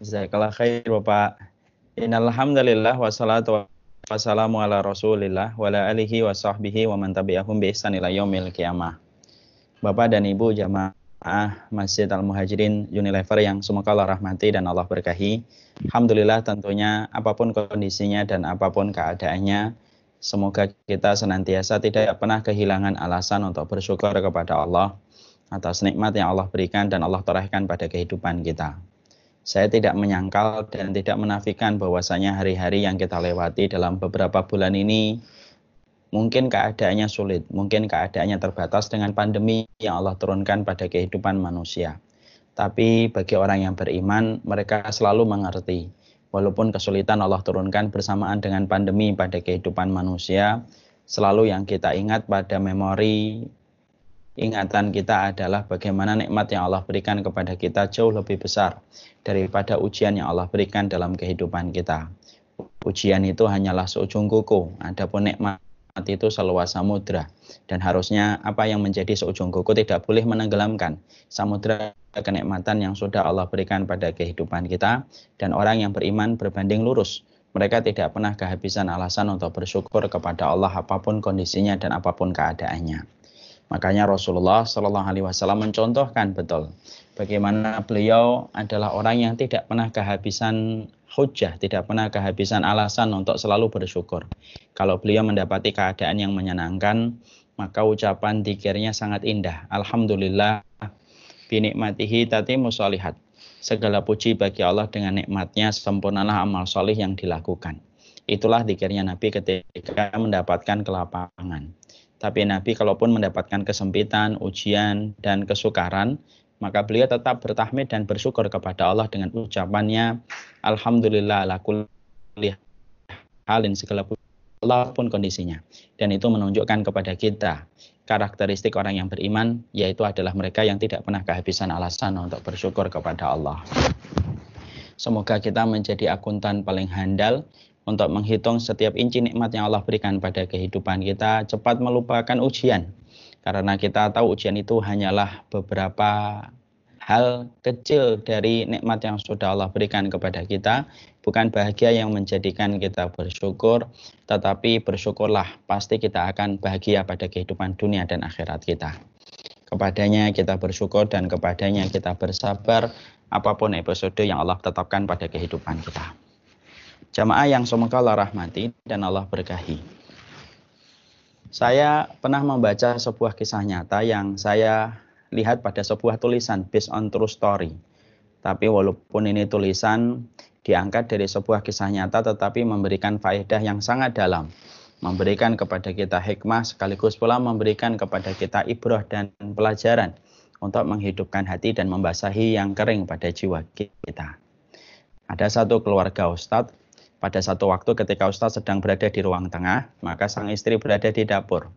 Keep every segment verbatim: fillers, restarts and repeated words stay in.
Jazakallah khair Bapak. Innal hamdalillah wassalatu wassalamu ala Rasulillah wa ala alihi wa sahbihi wa man tabi'ahum bi ihsan ila yaumil qiyamah. Bapak dan Ibu jamaah Masjid Al-Muhajirin Unilever yang semoga Allah rahmati dan Allah berkahi. Alhamdulillah tentunya apapun kondisinya dan apapun keadaannya, semoga kita senantiasa tidak pernah kehilangan alasan untuk bersyukur kepada Allah atas nikmat yang Allah berikan dan Allah torehkan pada kehidupan kita. Saya tidak menyangkal dan tidak menafikan bahwasanya hari-hari yang kita lewati dalam beberapa bulan ini mungkin keadaannya sulit, mungkin keadaannya terbatas dengan pandemi yang Allah turunkan pada kehidupan manusia. Tapi bagi orang yang beriman, mereka selalu mengerti. Walaupun kesulitan Allah turunkan bersamaan dengan pandemi pada kehidupan manusia, selalu yang kita ingat pada memori, ingatan kita adalah bagaimana nikmat yang Allah berikan kepada kita jauh lebih besar daripada ujian yang Allah berikan dalam kehidupan kita. Ujian itu hanyalah seujung kuku, adapun nikmat itu seluas samudra. Dan harusnya apa yang menjadi seujung kuku tidak boleh menenggelamkan samudra kenikmatan yang sudah Allah berikan pada kehidupan kita. Dan orang yang beriman berbanding lurus. Mereka tidak pernah kehabisan alasan untuk bersyukur kepada Allah apapun kondisinya dan apapun keadaannya. Makanya Rasulullah Shallallahu Alaihi Wasallam mencontohkan betul bagaimana beliau adalah orang yang tidak pernah kehabisan hujah, tidak pernah kehabisan alasan untuk selalu bersyukur. Kalau beliau mendapati keadaan yang menyenangkan, maka ucapan dzikirnya sangat indah. Alhamdulillah binikmatihi tatimu sholihat. Segala puji bagi Allah dengan nikmatnya sempurnalah amal solih yang dilakukan. Itulah dzikirnya Nabi ketika mendapatkan kelapangan. Tapi Nabi kalaupun mendapatkan kesempitan, ujian, dan kesukaran, maka beliau tetap bertahmid dan bersyukur kepada Allah dengan ucapannya, Alhamdulillah ala kulli halin segala apapun kondisinya. Dan itu menunjukkan kepada kita karakteristik orang yang beriman, yaitu adalah mereka yang tidak pernah kehabisan alasan untuk bersyukur kepada Allah. Semoga kita menjadi akuntan paling handal untuk menghitung setiap inci nikmat yang Allah berikan pada kehidupan kita, cepat melupakan ujian. Karena kita tahu ujian itu hanyalah beberapa hal kecil dari nikmat yang sudah Allah berikan kepada kita. Bukan bahagia yang menjadikan kita bersyukur, tetapi bersyukurlah, pasti kita akan bahagia pada kehidupan dunia dan akhirat kita. Kepadanya kita bersyukur dan kepadanya kita bersabar, apapun episode yang Allah tetapkan pada kehidupan kita. Jamaah yang semoga Allah rahmati dan Allah berkahi. Saya pernah membaca sebuah kisah nyata yang saya lihat pada sebuah tulisan based on true story. Tapi walaupun ini tulisan diangkat dari sebuah kisah nyata tetapi memberikan faedah yang sangat dalam. Memberikan kepada kita hikmah sekaligus pula memberikan kepada kita ibrah dan pelajaran untuk menghidupkan hati dan membasahi yang kering pada jiwa kita. Ada satu keluarga ustadz. Pada satu waktu ketika Ustadz sedang berada di ruang tengah, maka sang istri berada di dapur.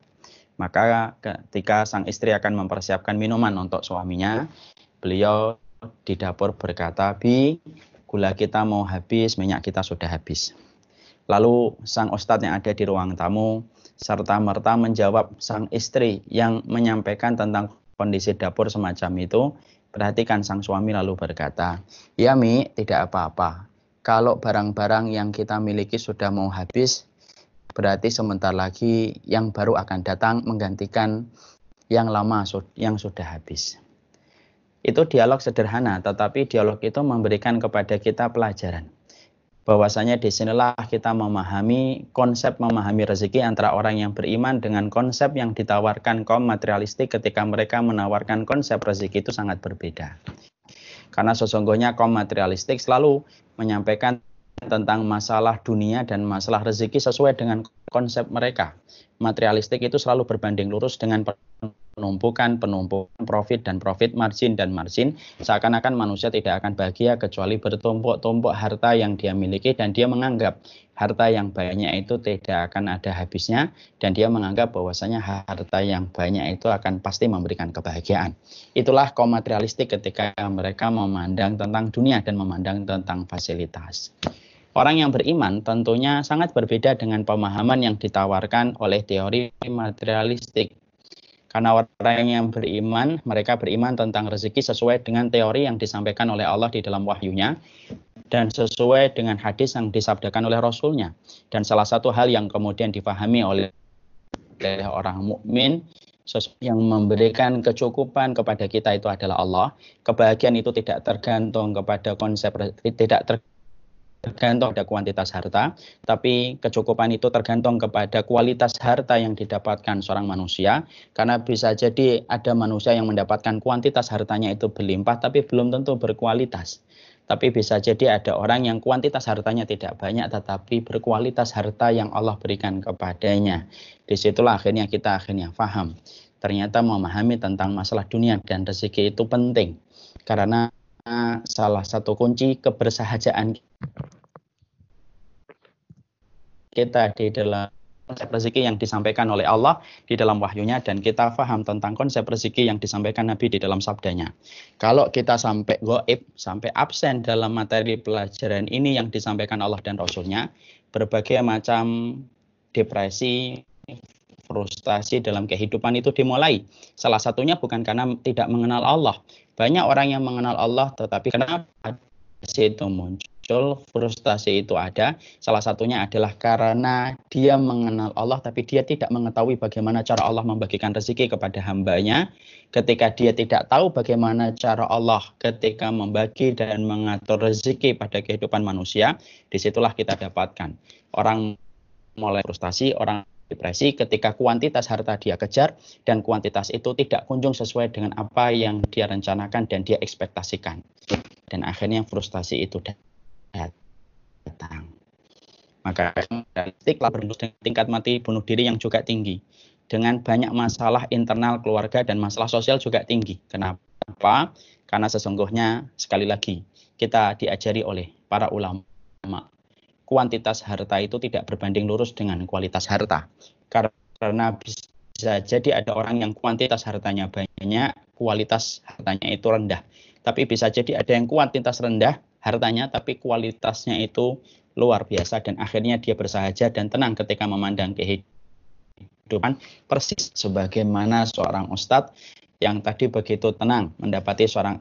Maka ketika sang istri akan mempersiapkan minuman untuk suaminya, beliau di dapur berkata, Bi, gula kita mau habis, minyak kita sudah habis. Lalu sang Ustadz yang ada di ruang tamu, serta-merta menjawab sang istri yang menyampaikan tentang kondisi dapur semacam itu. Perhatikan sang suami lalu berkata, ya Mi, tidak apa-apa. Kalau barang-barang yang kita miliki sudah mau habis, berarti sebentar lagi yang baru akan datang menggantikan yang lama yang sudah habis. Itu dialog sederhana, tetapi dialog itu memberikan kepada kita pelajaran. Bahwasanya disinilah kita memahami konsep memahami rezeki antara orang yang beriman dengan konsep yang ditawarkan kaum materialistik ketika mereka menawarkan konsep rezeki itu sangat berbeda. Karena sesungguhnya kaum materialistik selalu menyampaikan tentang masalah dunia dan masalah rezeki sesuai dengan konsep mereka. Materialistik itu selalu berbanding lurus dengan penumpukan, penumpukan profit dan profit, margin dan margin. Seakan-akan manusia tidak akan bahagia kecuali bertumpuk-tumpuk harta yang dia miliki dan dia menganggap harta yang banyak itu tidak akan ada habisnya dan dia menganggap bahwasanya harta yang banyak itu akan pasti memberikan kebahagiaan. Itulah kaum materialistik ketika mereka memandang tentang dunia dan memandang tentang fasilitas. Orang yang beriman tentunya sangat berbeda dengan pemahaman yang ditawarkan oleh teori materialistik. Karena orang yang beriman, mereka beriman tentang rezeki sesuai dengan teori yang disampaikan oleh Allah di dalam wahyunya dan sesuai dengan hadis yang disabdakan oleh Rasulnya. Dan salah satu hal yang kemudian difahami oleh orang mukmin, yang memberikan kecukupan kepada kita itu adalah Allah. Kebahagiaan itu tidak tergantung kepada konsep, tidak tergantung pada kuantitas harta, tapi kecukupan itu tergantung kepada kualitas harta yang didapatkan seorang manusia. Karena bisa jadi ada manusia yang mendapatkan kuantitas hartanya itu berlimpah, tapi belum tentu berkualitas. Tapi bisa jadi ada orang yang kuantitas hartanya tidak banyak, tetapi berkualitas harta yang Allah berikan kepadanya. Disitulah akhirnya kita akhirnya paham. Ternyata memahami tentang masalah dunia dan rezeki itu penting. Karena salah satu kunci kebersahajaan kita di dalam konsep rezeki yang disampaikan oleh Allah di dalam wahyunya, dan kita paham tentang konsep rezeki yang disampaikan Nabi di dalam sabdanya. Kalau kita sampai goib, sampai absen dalam materi pelajaran ini yang disampaikan Allah dan Rasulnya, berbagai macam depresi, frustasi dalam kehidupan itu dimulai. Salah satunya bukan karena tidak mengenal Allah. Banyak orang yang mengenal Allah, tetapi kenapa itu muncul, frustasi itu ada. Salah satunya adalah karena dia mengenal Allah, tapi dia tidak mengetahui bagaimana cara Allah membagikan rezeki kepada hambanya. Ketika dia tidak tahu bagaimana cara Allah ketika membagi dan mengatur rezeki pada kehidupan manusia, disitulah kita dapatkan orang mulai frustasi, orang depresi ketika kuantitas harta dia kejar dan kuantitas itu tidak kunjung sesuai dengan apa yang dia rencanakan dan dia ekspektasikan. Dan akhirnya frustasi itu datang. Maka istiqlal tingkat mati bunuh diri yang juga tinggi. Dengan banyak masalah internal keluarga dan masalah sosial juga tinggi. Kenapa? Karena sesungguhnya sekali lagi kita diajari oleh para ulama, kuantitas harta itu tidak berbanding lurus dengan kualitas harta. Karena bisa jadi ada orang yang kuantitas hartanya banyak, kualitas hartanya itu rendah. Tapi bisa jadi ada yang kuantitas rendah hartanya, tapi kualitasnya itu luar biasa. Dan akhirnya dia bersahaja dan tenang ketika memandang kehidupan. Persis sebagaimana seorang ustadz yang tadi begitu tenang mendapati seorang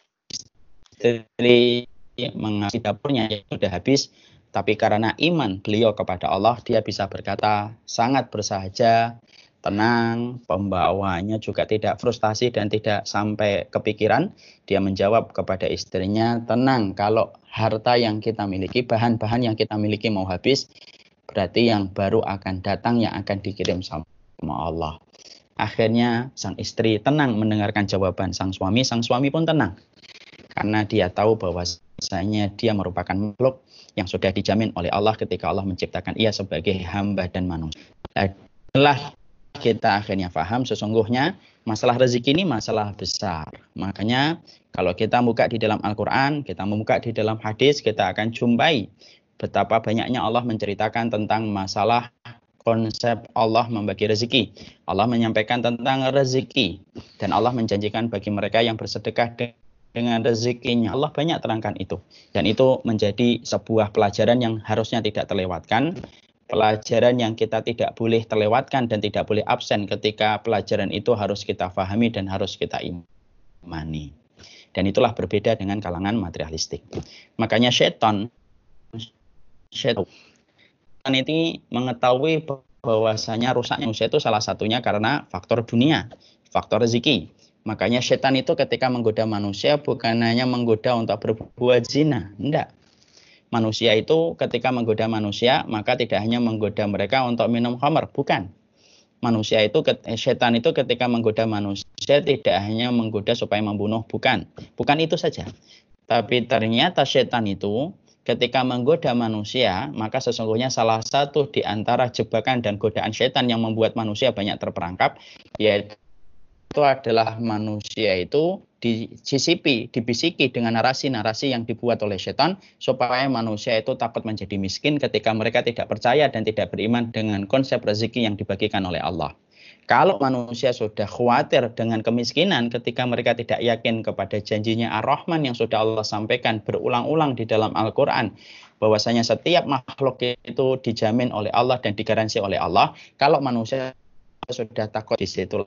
istri mengasihi dapurnya yang sudah habis. Tapi karena iman beliau kepada Allah, dia bisa berkata sangat bersahaja, tenang, pembawaannya juga tidak frustasi dan tidak sampai kepikiran. Dia menjawab kepada istrinya, tenang, kalau harta yang kita miliki, bahan-bahan yang kita miliki mau habis, berarti yang baru akan datang, yang akan dikirim sama Allah. Akhirnya sang istri tenang mendengarkan jawaban sang suami, sang suami pun tenang. Karena dia tahu bahwasanya dia merupakan makhluk yang sudah dijamin oleh Allah ketika Allah menciptakan ia sebagai hamba dan manusia. Adalah kita akhirnya paham sesungguhnya masalah rezeki ini masalah besar. Makanya kalau kita buka di dalam Al-Quran, kita membuka di dalam hadis, kita akan jumpai betapa banyaknya Allah menceritakan tentang masalah konsep Allah membagi rezeki. Allah menyampaikan tentang rezeki dan Allah menjanjikan bagi mereka yang bersedekah dengan rezekinya. Allah banyak terangkan itu. Dan itu menjadi sebuah pelajaran yang harusnya tidak terlewatkan. Pelajaran yang kita tidak boleh terlewatkan dan tidak boleh absen ketika pelajaran itu harus kita pahami dan harus kita imani. Dan itulah berbeda dengan kalangan materialistik. Makanya syaitan, syaitan ini mengetahui bahwasanya rusaknya manusia itu salah satunya karena faktor dunia, faktor rezeki. Makanya syaitan itu ketika menggoda manusia bukan hanya menggoda untuk berbuat zina, enggak. Manusia itu ketika menggoda manusia, maka tidak hanya menggoda mereka untuk minum khamr, bukan. Manusia itu, syaitan itu ketika menggoda manusia tidak hanya menggoda supaya membunuh, bukan. Bukan itu saja. Tapi ternyata syaitan itu ketika menggoda manusia, maka sesungguhnya salah satu di antara jebakan dan godaan syaitan yang membuat manusia banyak terperangkap, yaitu itu adalah manusia itu disisipi, dibisiki dengan narasi-narasi yang dibuat oleh setan supaya manusia itu takut menjadi miskin ketika mereka tidak percaya dan tidak beriman dengan konsep rezeki yang dibagikan oleh Allah. Kalau manusia sudah khawatir dengan kemiskinan ketika mereka tidak yakin kepada janjinya Ar-Rahman yang sudah Allah sampaikan berulang-ulang di dalam Al-Quran, bahwasanya setiap makhluk itu dijamin oleh Allah dan digaransi oleh Allah. Kalau manusia sudah takut, disitulah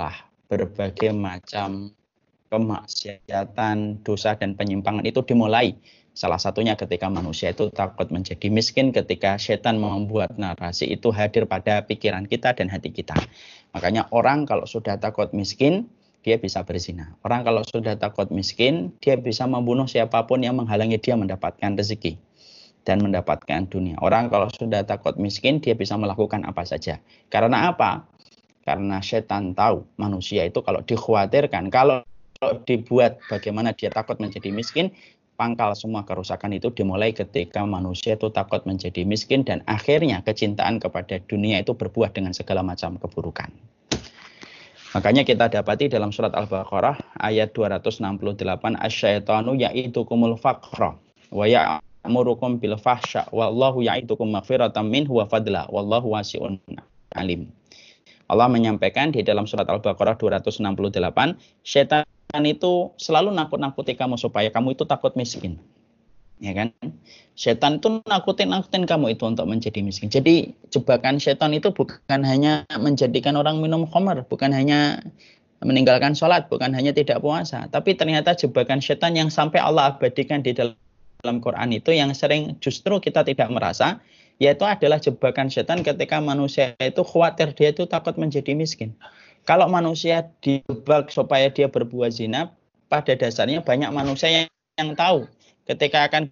berbagai macam kemaksiatan, dosa dan penyimpangan itu dimulai. Salah satunya ketika manusia itu takut menjadi miskin, ketika setan membuat narasi itu hadir pada pikiran kita dan hati kita. Makanya orang kalau sudah takut miskin, dia bisa berzina. Orang kalau sudah takut miskin, dia bisa membunuh siapapun yang menghalangi dia mendapatkan rezeki dan mendapatkan dunia. Orang kalau sudah takut miskin, dia bisa melakukan apa saja. Karena apa? Karena setan tahu manusia itu kalau dikhawatirkan, kalau dibuat bagaimana dia takut menjadi miskin, pangkal semua kerusakan itu dimulai ketika manusia itu takut menjadi miskin dan akhirnya kecintaan kepada dunia itu berbuah dengan segala macam keburukan. Makanya kita dapati dalam surat Al-Baqarah ayat dua ratus enam puluh delapan, asyaitanu ya'idukumul faqra wa ya'murukum bil fahsya wallahu ya'idukum maghfiratan minhu wa fadla wallahu wasi'un alim. Allah menyampaikan di dalam surat Al-Baqarah dua ratus enam puluh delapan, setan itu selalu nakut-nakuti kamu supaya kamu itu takut miskin. Ya kan? Setan itu nakutin-nakutin kamu itu untuk menjadi miskin. Jadi jebakan setan itu bukan hanya menjadikan orang minum khamar, bukan hanya meninggalkan sholat, bukan hanya tidak puasa, tapi ternyata jebakan setan yang sampai Allah abadikan di dalam Quran itu yang sering justru kita tidak merasa, yaitu adalah jebakan setan ketika manusia itu khawatir dia itu takut menjadi miskin. Kalau manusia dijebak supaya dia berbuat zina, pada dasarnya banyak manusia yang, yang tahu ketika akan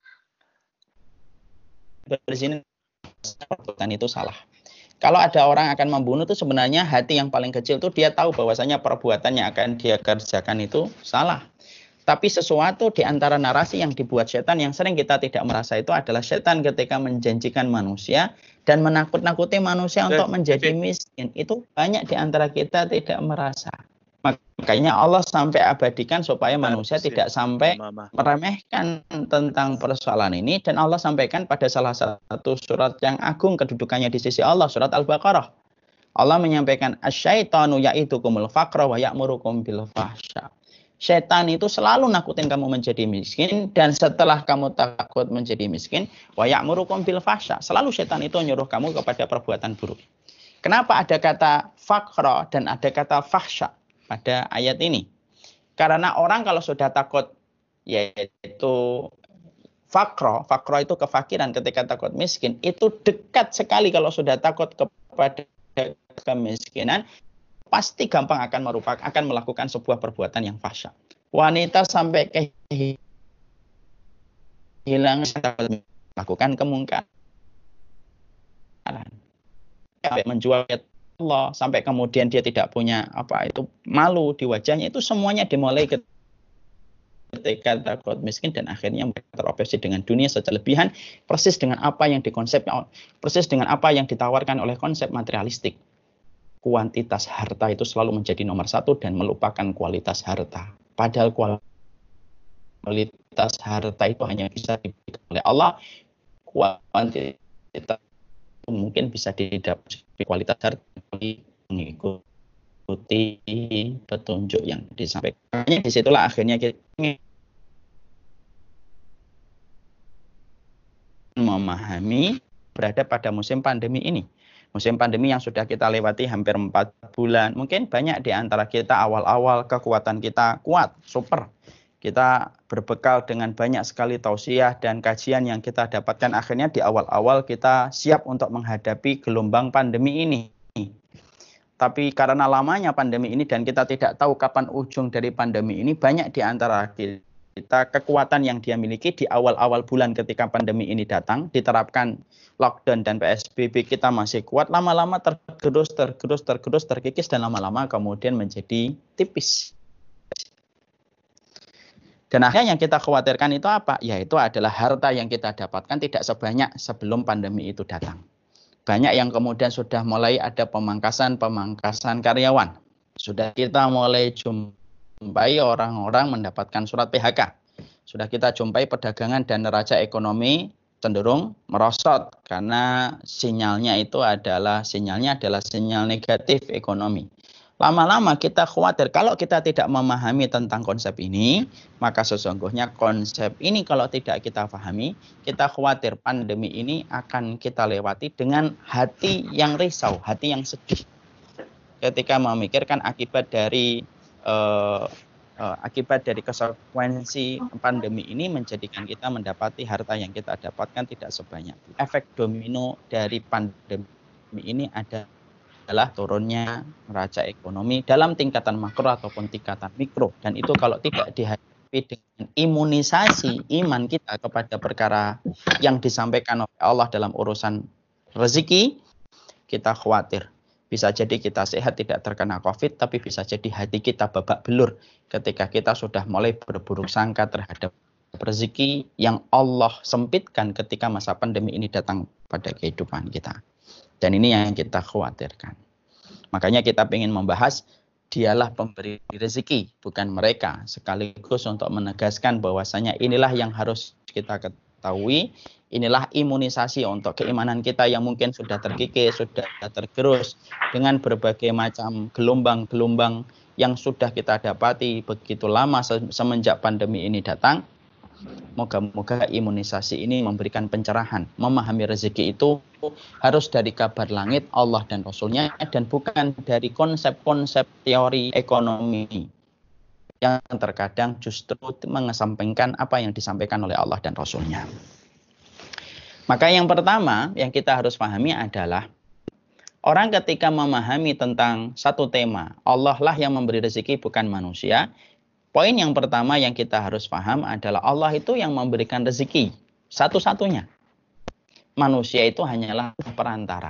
berzina perbuatan itu salah. Kalau ada orang akan membunuh itu sebenarnya hati yang paling kecil itu dia tahu bahwasanya perbuatan yang akan dia kerjakan itu salah. Tapi sesuatu di antara narasi yang dibuat setan yang sering kita tidak merasa itu adalah setan ketika menjanjikan manusia dan menakut-nakuti manusia untuk menjadi miskin. Itu banyak di antara kita tidak merasa. Makanya Allah sampai abadikan supaya manusia tidak sampai meremehkan tentang persoalan ini. Dan Allah sampaikan pada salah satu surat yang agung kedudukannya di sisi Allah, surat Al-Baqarah. Allah menyampaikan, asyaitanu ya'idukumul faqra wa ya'murukum bil fahsya. Setan itu selalu nakutin kamu menjadi miskin, dan setelah kamu takut menjadi miskin, wa ya'murukum bil fahsya. Selalu setan itu nyuruh kamu kepada perbuatan buruk. Kenapa ada kata faqra dan ada kata fahsya pada ayat ini? Karena orang kalau sudah takut yaitu faqra, faqra itu kefakiran, ketika takut miskin, itu dekat sekali kalau sudah takut kepada kemiskinan, pasti gampang akan merupakan akan melakukan sebuah perbuatan yang fahsya. Wanita sampai kehilangan melakukan kemungkaran, sampai menjual Allah, sampai kemudian dia tidak punya apa itu malu di wajahnya, itu semuanya dimulai ketika takut miskin dan akhirnya mereka terobsesi dengan dunia secara lebihan, persis dengan apa yang dikonsep, persis dengan apa yang ditawarkan oleh konsep materialistik. Kuantitas harta itu selalu menjadi nomor satu dan melupakan kualitas harta. Padahal kualitas harta itu hanya bisa diberikan oleh Allah. Kuantitas itu mungkin bisa didapat kualitas harta mengikuti petunjuk yang disampaikan. Disitulah akhirnya kita memahami berada pada musim pandemi ini. Musim pandemi yang sudah kita lewati hampir empat bulan. Mungkin banyak di antara kita awal-awal kekuatan kita kuat, super. Kita berbekal dengan banyak sekali tausiah dan kajian yang kita dapatkan. Akhirnya di awal-awal kita siap untuk menghadapi gelombang pandemi ini. Tapi karena lamanya pandemi ini dan kita tidak tahu kapan ujung dari pandemi ini, banyak di antara kita kita kekuatan yang dia miliki di awal-awal bulan ketika pandemi ini datang, diterapkan lockdown dan P S B B, kita masih kuat, lama-lama tergerus, tergerus, tergerus, terkikis, dan lama-lama kemudian menjadi tipis. Dan akhirnya yang kita khawatirkan itu apa? Yaitu adalah harta yang kita dapatkan tidak sebanyak sebelum pandemi itu datang. Banyak yang kemudian sudah mulai ada pemangkasan-pemangkasan karyawan. Sudah kita mulai jumpa jumpai orang-orang mendapatkan surat P H K. Sudah kita jumpai perdagangan dan neraca ekonomi cenderung merosot karena sinyalnya itu adalah sinyalnya adalah sinyal negatif ekonomi. Lama-lama kita khawatir kalau kita tidak memahami tentang konsep ini, maka sesungguhnya konsep ini kalau tidak kita pahami, kita khawatir pandemi ini akan kita lewati dengan hati yang risau, hati yang sedih. ketika memikirkan akibat dari uh, uh, akibat dari konsekuensi pandemi ini menjadikan kita mendapati harta yang kita dapatkan tidak sebanyak. Efek domino dari pandemi ini adalah turunnya neraca ekonomi dalam tingkatan makro ataupun tingkatan mikro, dan itu kalau tidak dihadapi dengan imunisasi iman kita kepada perkara yang disampaikan oleh Allah dalam urusan rezeki, kita khawatir. Bisa jadi kita sehat tidak terkena COVID, tapi bisa jadi hati kita babak belur ketika kita sudah mulai berburuk sangka terhadap rezeki yang Allah sempitkan ketika masa pandemi ini datang pada kehidupan kita. Dan ini yang kita khawatirkan. Makanya kita ingin membahas Dialah pemberi rezeki, bukan mereka. Sekaligus untuk menegaskan bahwasanya inilah yang harus kita ketahui. Inilah imunisasi untuk keimanan kita yang mungkin sudah terkikis, sudah tergerus dengan berbagai macam gelombang-gelombang yang sudah kita dapati begitu lama semenjak pandemi ini datang. Moga-moga imunisasi ini memberikan pencerahan. Memahami rezeki itu harus dari kabar langit Allah dan Rasulnya, dan bukan dari konsep-konsep teori ekonomi yang terkadang justru mengesampingkan apa yang disampaikan oleh Allah dan Rasulnya. Maka yang pertama yang kita harus pahami adalah orang ketika memahami tentang satu tema, Allah lah yang memberi rezeki bukan manusia. Poin yang pertama yang kita harus paham adalah Allah itu yang memberikan rezeki satu-satunya. Manusia itu hanyalah perantara.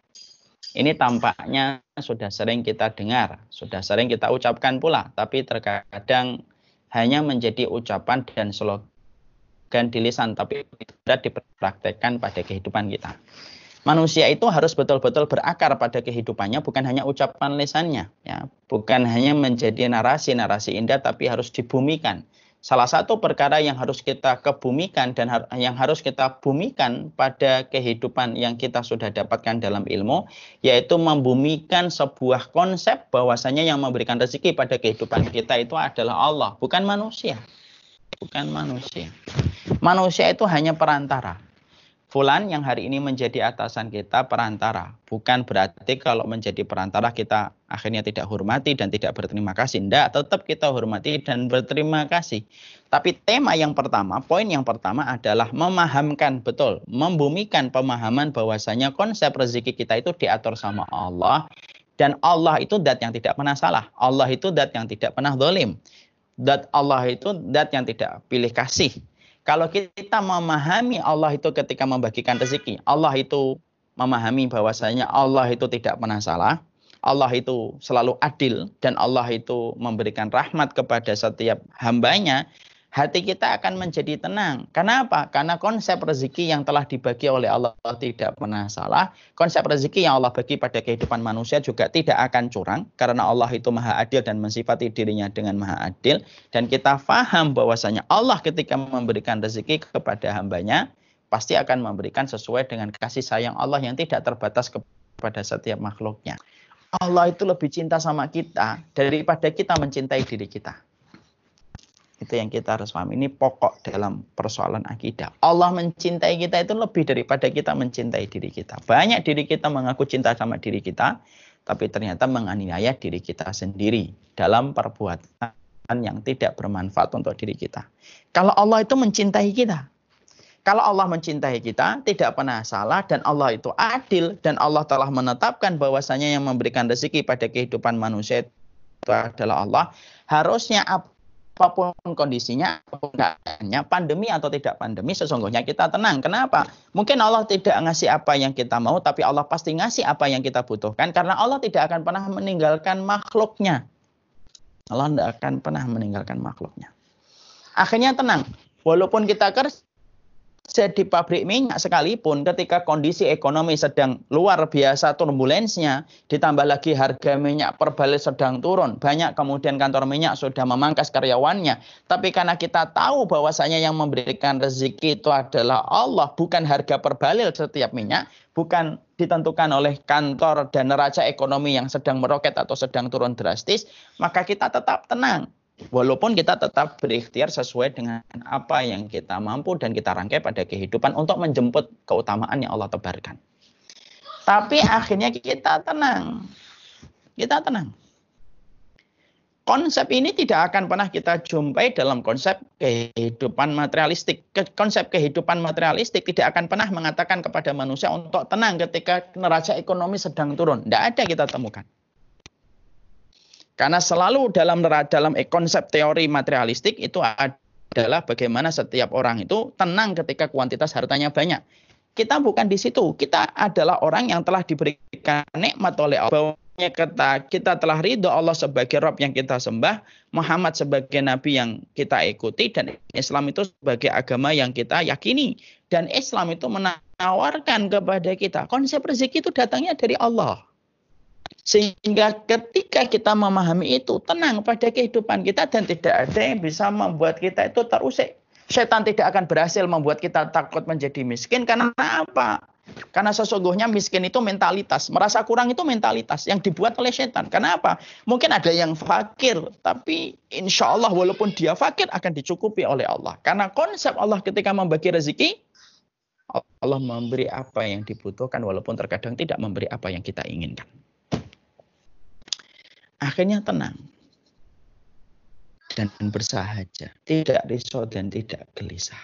Ini tampaknya sudah sering kita dengar, sudah sering kita ucapkan pula, tapi terkadang hanya menjadi ucapan dan slogan di lisan, tapi tidak dipraktekkan pada kehidupan kita. Manusia itu harus betul-betul berakar pada kehidupannya, bukan hanya ucapan lisannya, ya, bukan hanya menjadi narasi-narasi indah, tapi harus dibumikan. Salah satu perkara yang harus kita kebumikan dan har- yang harus kita bumikan pada kehidupan yang kita sudah dapatkan dalam ilmu, yaitu membumikan sebuah konsep bahwasanya yang memberikan rezeki pada kehidupan kita itu adalah Allah, bukan manusia. Bukan manusia. Manusia itu hanya perantara. Fulan yang hari ini menjadi atasan kita perantara. Bukan berarti kalau menjadi perantara kita akhirnya tidak hormati dan tidak berterima kasih. Tidak, tetap kita hormati dan berterima kasih. Tapi tema yang pertama, poin yang pertama adalah memahamkan betul. Membumikan pemahaman bahwasanya konsep rezeki kita itu diatur sama Allah. Dan Allah itu zat yang tidak pernah salah. Allah itu zat yang tidak pernah zalim. Zat Allah itu zat yang tidak pilih kasih. Kalau kita memahami Allah itu ketika membagikan rezeki, Allah itu memahami bahwasanya Allah itu tidak pernah salah, Allah itu selalu adil, dan Allah itu memberikan rahmat kepada setiap hambanya, hati kita akan menjadi tenang. Kenapa? Karena konsep rezeki yang telah dibagi oleh Allah tidak pernah salah. Konsep rezeki yang Allah bagi pada kehidupan manusia juga tidak akan curang. Karena Allah itu maha adil dan mensifati dirinya dengan maha adil. Dan kita faham bahwasanya Allah ketika memberikan rezeki kepada hambanya, pasti akan memberikan sesuai dengan kasih sayang Allah yang tidak terbatas kepada setiap makhluknya. Allah itu lebih cinta sama kita daripada kita mencintai diri kita. Itu yang kita harus paham. Ini pokok dalam persoalan akidah. Allah mencintai kita itu lebih daripada kita mencintai diri kita. Banyak diri kita mengaku cinta sama diri kita, tapi ternyata menganiaya diri kita sendiri dalam perbuatan yang tidak bermanfaat untuk diri kita. Kalau Allah itu mencintai kita, kalau Allah mencintai kita, tidak pernah salah, dan Allah itu adil, dan Allah telah menetapkan bahwasanya yang memberikan rezeki pada kehidupan manusia itu adalah Allah, harusnya apa? Apapun kondisinya, apapun keadaannya, pandemi atau tidak pandemi, sesungguhnya kita tenang. Kenapa? Mungkin Allah tidak ngasih apa yang kita mau, tapi Allah pasti ngasih apa yang kita butuhkan, karena Allah tidak akan pernah meninggalkan makhluknya. Allah tidak akan pernah meninggalkan makhluknya. Akhirnya tenang. Walaupun kita kerja di pabrik minyak sekalipun, ketika kondisi ekonomi sedang luar biasa turbulensnya, ditambah lagi harga minyak per barel sedang turun, banyak kemudian kantor minyak sudah memangkas karyawannya. Tapi karena kita tahu bahwasanya yang memberikan rezeki itu adalah Allah, bukan harga per barel setiap minyak, bukan ditentukan oleh kantor dan neraca ekonomi yang sedang meroket atau sedang turun drastis, maka kita tetap tenang. Walaupun kita tetap berikhtiar sesuai dengan apa yang kita mampu dan kita rangkai pada kehidupan untuk menjemput keutamaan yang Allah tebarkan. Tapi akhirnya kita tenang. kita tenang. Konsep ini tidak akan pernah kita jumpai dalam konsep kehidupan materialistik. Konsep kehidupan materialistik tidak akan pernah mengatakan kepada manusia untuk tenang ketika neraca ekonomi sedang turun. Tidak ada kita temukan. Karena selalu dalam dalam konsep teori materialistik itu adalah bagaimana setiap orang itu tenang ketika kuantitas hartanya banyak. Kita bukan di situ. Kita adalah orang yang telah diberikan nikmat oleh Allah. Kita, kita telah ridho Allah sebagai Rabb yang kita sembah, Muhammad sebagai Nabi yang kita ikuti, dan Islam itu sebagai agama yang kita yakini. Dan Islam itu menawarkan kepada kita konsep rezeki itu datangnya dari Allah. Sehingga ketika kita memahami itu, tenang pada kehidupan kita dan tidak ada yang bisa membuat kita itu terusik. Setan tidak akan berhasil membuat kita takut menjadi miskin. Karena apa? Karena sesungguhnya miskin itu mentalitas. Merasa kurang itu mentalitas yang dibuat oleh setan. Kenapa? Mungkin ada yang fakir. Tapi insya Allah walaupun dia fakir akan dicukupi oleh Allah. Karena konsep Allah ketika membagi rezeki, Allah memberi apa yang dibutuhkan walaupun terkadang tidak memberi apa yang kita inginkan. Akhirnya tenang. Dan bersahaja. Tidak risau dan tidak gelisah.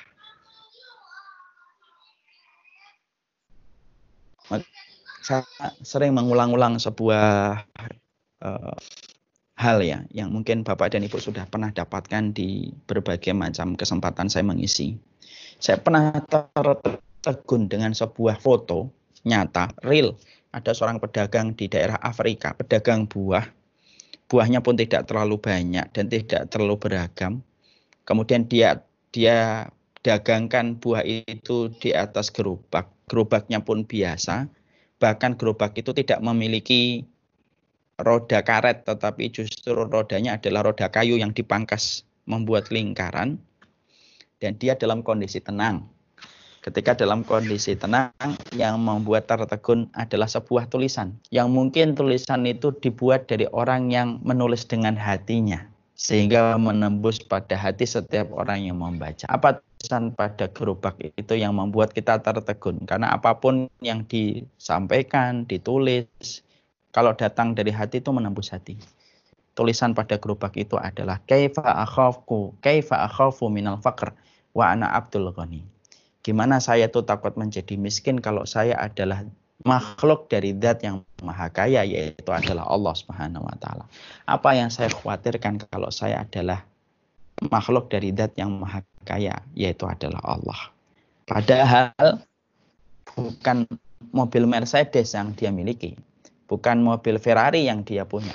Saya sering mengulang-ulang sebuah uh, hal ya, yang mungkin Bapak dan Ibu sudah pernah dapatkan di berbagai macam kesempatan saya mengisi. Saya pernah tertegun dengan sebuah foto nyata, real. Ada seorang pedagang di daerah Afrika, pedagang buah. Buahnya pun tidak terlalu banyak dan tidak terlalu beragam. Kemudian dia dia dagangkan buah itu di atas gerobak. Gerobaknya pun biasa. Bahkan gerobak itu tidak memiliki roda karet, tetapi justru rodanya adalah roda kayu yang dipangkas membuat lingkaran. Dan dia dalam kondisi tenang. Ketika dalam kondisi tenang, yang membuat tertegun adalah sebuah tulisan. Yang mungkin tulisan itu dibuat dari orang yang menulis dengan hatinya. Sehingga menembus pada hati setiap orang yang membaca. Apa tulisan pada gerobak itu yang membuat kita tertegun? Karena apapun yang disampaikan, ditulis, kalau datang dari hati itu menembus hati. Tulisan pada gerobak itu adalah kaifa akhafu, kaifa akhafu minal faqr wa ana abdul ghani. Gimana saya tuh takut menjadi miskin kalau saya adalah makhluk dari zat yang maha kaya, yaitu adalah Allah Subhanahu wa taala. Apa yang saya khawatirkan kalau saya adalah makhluk dari zat yang maha kaya, yaitu adalah Allah. Padahal bukan mobil Mercedes yang dia miliki, bukan mobil Ferrari yang dia punya,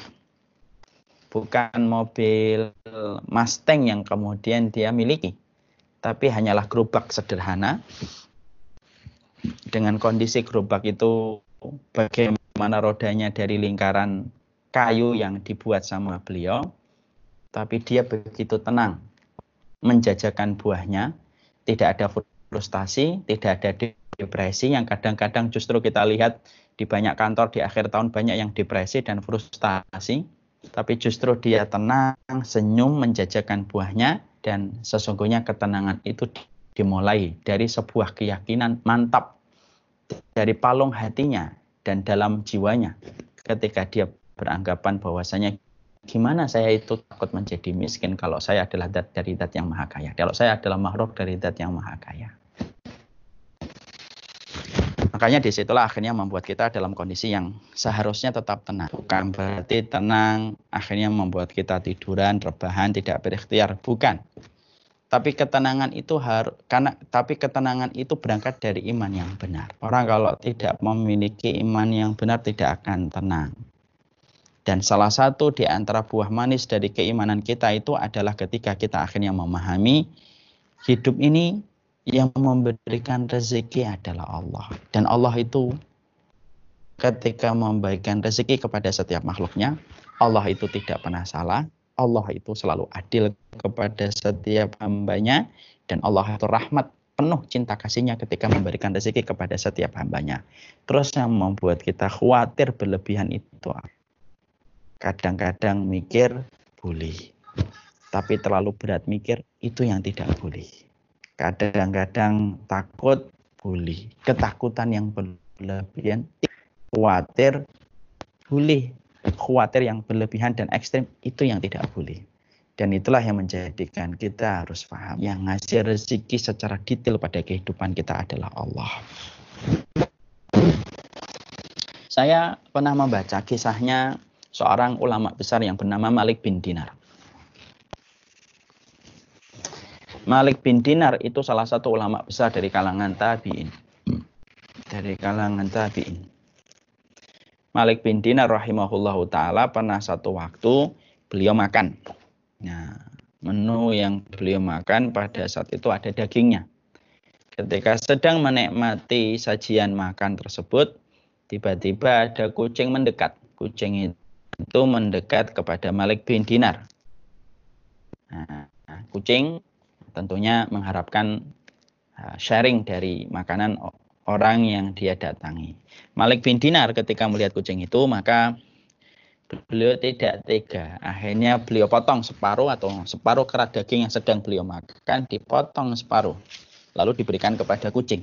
bukan mobil Mustang yang kemudian dia miliki, tapi hanyalah gerobak sederhana. Dengan kondisi gerobak itu bagaimana rodanya dari lingkaran kayu yang dibuat sama beliau, tapi dia begitu tenang menjajakan buahnya, tidak ada frustasi, tidak ada depresi yang kadang-kadang justru kita lihat di banyak kantor di akhir tahun banyak yang depresi dan frustasi, tapi justru dia tenang, senyum menjajakan buahnya. Dan sesungguhnya ketenangan itu dimulai dari sebuah keyakinan mantap dari palung hatinya dan dalam jiwanya ketika dia beranggapan bahwasanya gimana saya itu takut menjadi miskin kalau saya adalah zat dari zat yang maha kaya, kalau saya adalah makhluk dari zat yang maha kaya. Makanya disitulah akhirnya membuat kita dalam kondisi yang seharusnya tetap tenang. Bukan berarti tenang akhirnya membuat kita tiduran, rebahan, tidak berikhtiar. Bukan. Tapi ketenangan itu harus karena tapi ketenangan itu berangkat dari iman yang benar. Orang kalau tidak memiliki iman yang benar tidak akan tenang. Dan salah satu di antara buah manis dari keimanan kita itu adalah ketika kita akhirnya memahami hidup ini yang memberikan rezeki adalah Allah. Dan Allah itu ketika membagikan rezeki kepada setiap makhluknya, Allah itu tidak pernah salah. Allah itu selalu adil kepada setiap hambanya. Dan Allah itu rahmat, penuh cinta kasihnya ketika memberikan rezeki kepada setiap hambanya. Terus yang membuat kita khawatir berlebihan itu, kadang-kadang mikir boleh, tapi terlalu berat mikir itu yang tidak boleh. Kadang-kadang takut boleh, ketakutan yang berlebihan, khawatir boleh, khawatir yang berlebihan dan ekstrim, itu yang tidak boleh. Dan itulah yang menjadikan kita harus paham, yang ngasih rezeki secara detail pada kehidupan kita adalah Allah. Saya pernah membaca kisahnya seorang ulama besar yang bernama Malik bin Dinar. Malik bin Dinar itu salah satu ulama besar dari kalangan tabi'in. Dari kalangan tabi'in. Malik bin Dinar rahimahullahu ta'ala pernah satu waktu beliau makan. Nah, menu yang beliau makan pada saat itu ada dagingnya. Ketika sedang menikmati sajian makan tersebut, tiba-tiba ada kucing mendekat. Kucing itu mendekat kepada Malik bin Dinar. Nah, kucing tentunya mengharapkan sharing dari makanan orang yang dia datangi. Malik bin Dinar ketika melihat kucing itu, maka beliau tidak tega. Akhirnya beliau potong separuh atau separuh kerat daging yang sedang beliau makan, dipotong separuh. Lalu diberikan kepada kucing.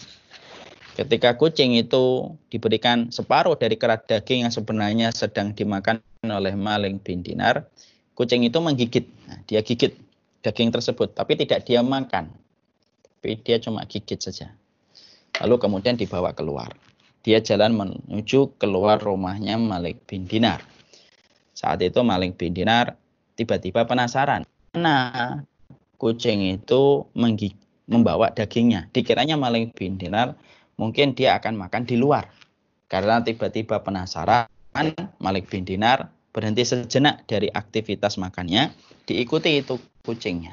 Ketika kucing itu diberikan separuh dari kerat daging yang sebenarnya sedang dimakan oleh Malik bin Dinar, kucing itu menggigit. Nah, dia gigit daging tersebut, tapi tidak dia makan. Tapi dia cuma gigit saja. Lalu kemudian dibawa keluar. Dia jalan menuju keluar rumahnya Malik bin Dinar. Saat itu Malik bin Dinar tiba-tiba penasaran. Nah, kucing itu membawa dagingnya. Dikiranya Malik bin Dinar mungkin dia akan makan di luar. Karena tiba-tiba penasaran, Malik bin Dinar berhenti sejenak dari aktivitas makannya, diikuti itu kucingnya.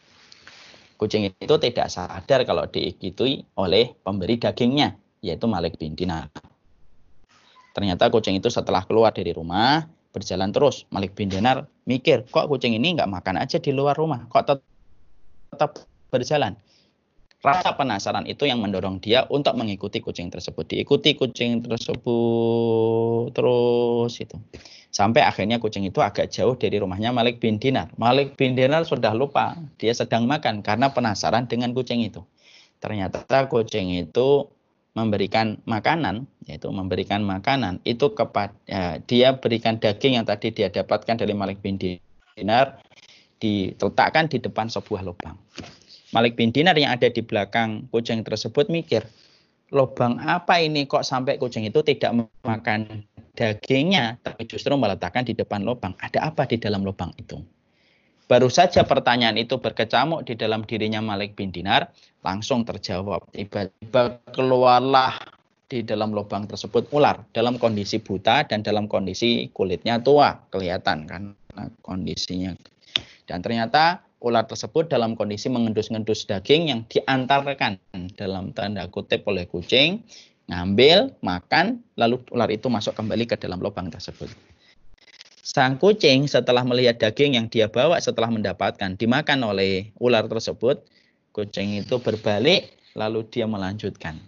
Kucing itu tidak sadar kalau diikuti oleh pemberi dagingnya, yaitu Malik bin Dinar. Ternyata kucing itu setelah keluar dari rumah, berjalan terus. Malik bin Dinar mikir, kok kucing ini nggak makan aja di luar rumah? Kok tetap berjalan? Rasa penasaran itu yang mendorong dia untuk mengikuti kucing tersebut. Diikuti kucing tersebut terus itu. Sampai akhirnya kucing itu agak jauh dari rumahnya Malik bin Dinar. Malik bin Dinar sudah lupa dia sedang makan karena penasaran dengan kucing itu. Ternyata kucing itu memberikan makanan, yaitu memberikan makanan itu kepada ya, dia berikan daging yang tadi dia dapatkan dari Malik bin Dinar, diletakkan di depan sebuah lubang. Malik bin Dinar yang ada di belakang kucing tersebut mikir, lubang apa ini kok sampai kucing itu tidak makan dagingnya, tapi justru meletakkan di depan lubang. Ada apa di dalam lubang itu? Baru saja pertanyaan itu berkecamuk di dalam dirinya Malik bin Dinar, langsung terjawab. Tiba-tiba keluarlah di dalam lubang tersebut ular dalam kondisi buta dan dalam kondisi kulitnya tua, kelihatan kan kondisinya. Dan ternyata ular tersebut dalam kondisi mengendus-ngendus daging yang diantarkan dalam tanda kutip oleh kucing, ngambil, makan, lalu ular itu masuk kembali ke dalam lubang tersebut. Sang kucing setelah melihat daging yang dia bawa setelah mendapatkan dimakan oleh ular tersebut, kucing itu berbalik lalu dia melanjutkan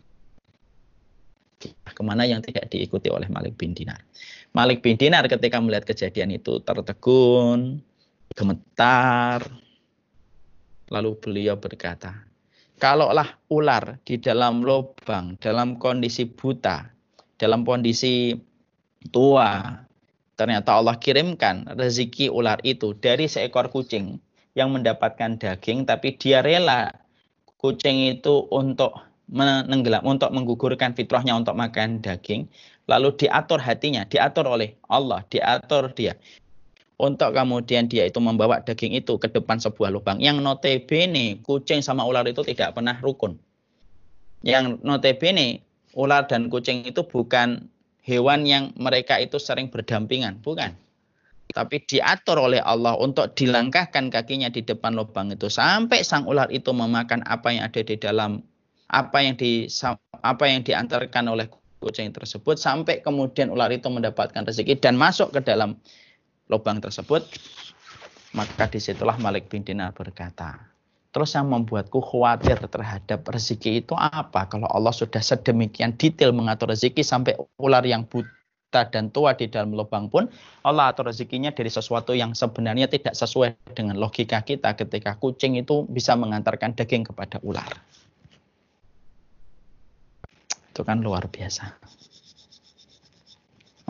kemana yang tidak diikuti oleh Malik bin Dinar. Malik bin Dinar ketika melihat kejadian itu tertegun, gemetar, lalu beliau berkata, kalaulah ular di dalam lubang, dalam kondisi buta, dalam kondisi tua, ternyata Allah kirimkan rezeki ular itu dari seekor kucing yang mendapatkan daging, tapi dia rela kucing itu untuk menenggelam, untuk menggugurkan fitrahnya untuk makan daging, lalu diatur hatinya, diatur oleh Allah, diatur dia untuk kemudian dia itu membawa daging itu ke depan sebuah lubang yang notabene kucing sama ular itu tidak pernah rukun. Yang notabene ular dan kucing itu bukan hewan yang mereka itu sering berdampingan, bukan. Tapi diatur oleh Allah untuk dilangkahkan kakinya di depan lubang itu sampai sang ular itu memakan apa yang ada di dalam, apa yang di apa yang diantarkan oleh kucing tersebut, sampai kemudian ular itu mendapatkan rezeki dan masuk ke dalam lubang tersebut. Maka disitulah Malik bin Dinar berkata, terus yang membuatku khawatir terhadap rezeki itu apa? Kalau Allah sudah sedemikian detail mengatur rezeki sampai ular yang buta dan tua di dalam lubang pun Allah atur rezekinya dari sesuatu yang sebenarnya tidak sesuai dengan logika kita, ketika kucing itu bisa mengantarkan daging kepada ular. Itu kan luar biasa.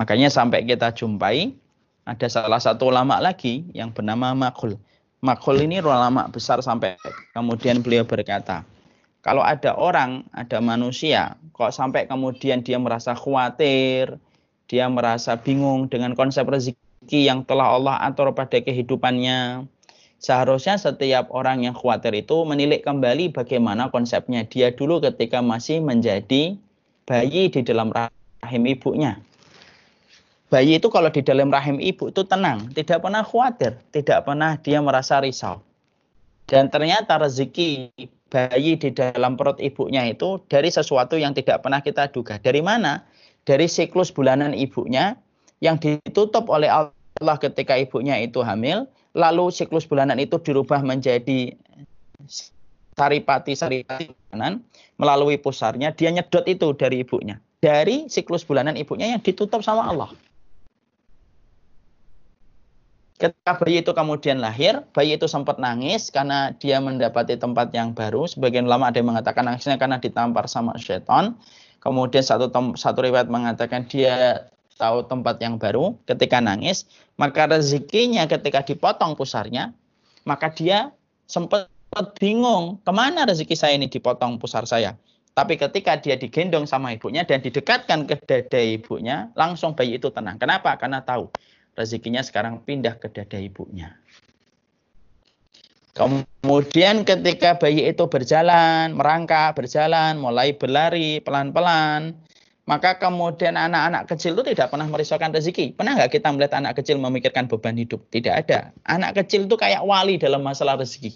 Makanya sampai kita jumpai ada salah satu ulama lagi yang bernama Makhul. Makhul ini ulama besar sampai kemudian beliau berkata, kalau ada orang, ada manusia, kok sampai kemudian dia merasa khawatir, dia merasa bingung dengan konsep rezeki yang telah Allah atur pada kehidupannya, seharusnya setiap orang yang khawatir itu menilik kembali bagaimana konsepnya dia dulu ketika masih menjadi bayi di dalam rahim ibunya. Bayi itu kalau di dalam rahim ibu itu tenang, tidak pernah khawatir, tidak pernah dia merasa risau. Dan ternyata rezeki bayi di dalam perut ibunya itu dari sesuatu yang tidak pernah kita duga. Dari mana? Dari siklus bulanan ibunya yang ditutup oleh Allah ketika ibunya itu hamil. Lalu siklus bulanan itu dirubah menjadi saripati-saripati bulanan. Melalui pusarnya dia nyedot itu dari ibunya. Dari siklus bulanan ibunya yang ditutup sama Allah. Ketika bayi itu kemudian lahir, bayi itu sempat nangis karena dia mendapati tempat yang baru. Sebagian ulama ada yang mengatakan nangisnya karena ditampar sama syaitan. Kemudian satu satu riwayat mengatakan dia tahu tempat yang baru ketika nangis. Maka rezekinya ketika dipotong pusarnya, maka dia sempat bingung, kemana rezeki saya ini dipotong pusar saya. Tapi ketika dia digendong sama ibunya dan didekatkan ke dada ibunya, langsung bayi itu tenang. Kenapa? Karena tahu rezekinya sekarang pindah ke dada ibunya. Kemudian ketika bayi itu berjalan, merangkak, berjalan, mulai berlari pelan-pelan, maka kemudian anak-anak kecil itu tidak pernah merisaukan rezeki. Pernah nggak kita melihat anak kecil memikirkan beban hidup? Tidak ada. Anak kecil itu kayak wali dalam masalah rezeki.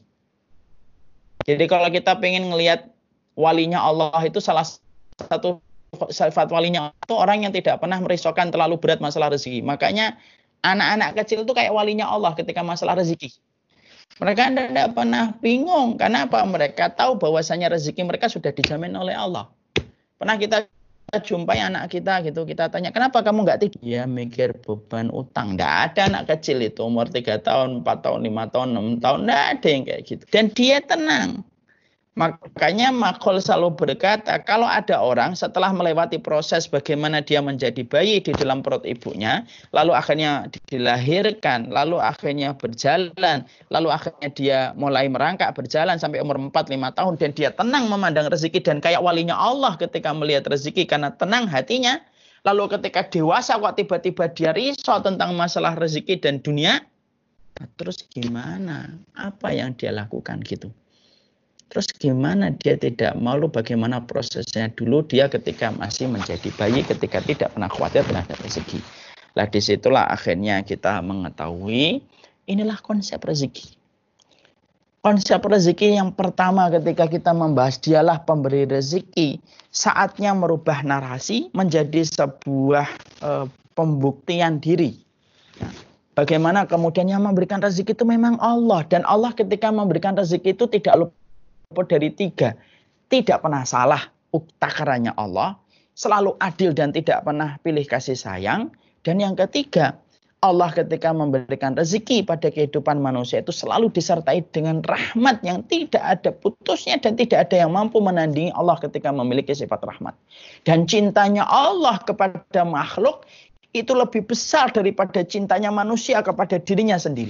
Jadi kalau kita pengen ngelihat walinya Allah itu salah satu sifat walinya itu orang yang tidak pernah merisaukan terlalu berat masalah rezeki. Makanya anak-anak kecil itu kayak walinya Allah ketika masalah rezeki. Mereka tidak pernah bingung. Karena apa? Mereka tahu bahwasanya rezeki mereka sudah dijamin oleh Allah. Pernah kita jumpai anak kita gitu, kita tanya, kenapa kamu nggak tidur? Ya mikir beban utang. Tidak ada anak kecil itu umur tiga tahun, empat tahun, lima tahun, enam tahun. Tidak ada yang kayak gitu. Dan dia tenang. Makanya Makhul selalu berkata, kalau ada orang setelah melewati proses bagaimana dia menjadi bayi di dalam perut ibunya, lalu akhirnya dilahirkan, lalu akhirnya berjalan, lalu akhirnya dia mulai merangkak berjalan sampai umur empat lima tahun, dan dia tenang memandang rezeki dan kayak walinya Allah ketika melihat rezeki karena tenang hatinya. Lalu ketika dewasa kok tiba-tiba dia risau tentang masalah rezeki dan dunia, nah, terus gimana? Apa yang dia lakukan gitu? Terus gimana dia tidak malu bagaimana prosesnya dulu dia ketika masih menjadi bayi, ketika tidak pernah khawatir terhadap rezeki. Nah disitulah akhirnya kita mengetahui inilah konsep rezeki. Konsep rezeki yang pertama ketika kita membahas dialah pemberi rezeki. Saatnya merubah narasi menjadi sebuah e, pembuktian diri. Nah, bagaimana kemudian yang memberikan rezeki itu memang Allah. Dan Allah ketika memberikan rezeki itu tidak lupa dari tiga, tidak pernah salah takarannya Allah, selalu adil dan tidak pernah pilih kasih sayang, dan yang ketiga, Allah ketika memberikan rezeki pada kehidupan manusia itu selalu disertai dengan rahmat yang tidak ada putusnya dan tidak ada yang mampu menandingi Allah ketika memiliki sifat rahmat. Dan cintanya Allah kepada makhluk itu lebih besar daripada cintanya manusia kepada dirinya sendiri.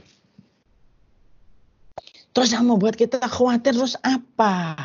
Terus yang membuat kita khawatir terus apa?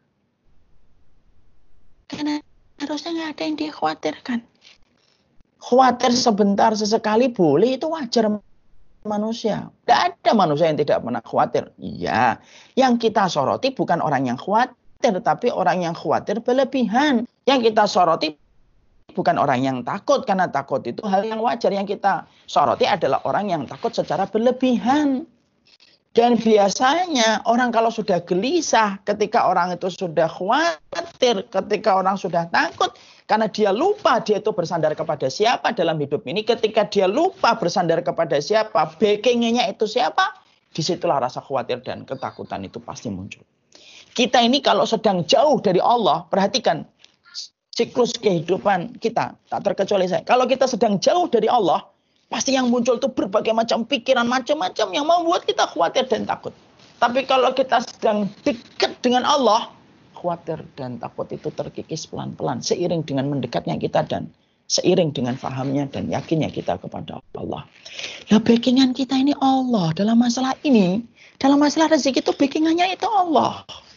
Karena harusnya nggak ada yang dikhawatirkan. Khawatir sebentar sesekali boleh, itu wajar manusia. Tidak ada manusia yang tidak pernah khawatir. Iya, yang kita soroti bukan orang yang khawatir, tapi orang yang khawatir berlebihan. Yang kita soroti bukan orang yang takut, karena takut itu hal yang wajar. Yang kita soroti adalah orang yang takut secara berlebihan. Dan biasanya orang kalau sudah gelisah, ketika orang itu sudah khawatir, ketika orang sudah takut, karena dia lupa dia itu bersandar kepada siapa dalam hidup ini, ketika dia lupa bersandar kepada siapa, backingnya itu siapa, disitulah rasa khawatir dan ketakutan itu pasti muncul. Kita ini kalau sedang jauh dari Allah, perhatikan siklus kehidupan kita, tak terkecuali saya. Kalau kita sedang jauh dari Allah, pasti yang muncul itu berbagai macam pikiran, macam-macam yang membuat kita khawatir dan takut. Tapi kalau kita sedang dekat dengan Allah, khawatir dan takut itu terkikis pelan-pelan seiring dengan mendekatnya kita dan Seiring dengan fahamnya dan yakinnya kita kepada Allah. Nah, backingan kita ini Allah. Dalam masalah ini, dalam masalah rezeki itu backingannya itu Allah.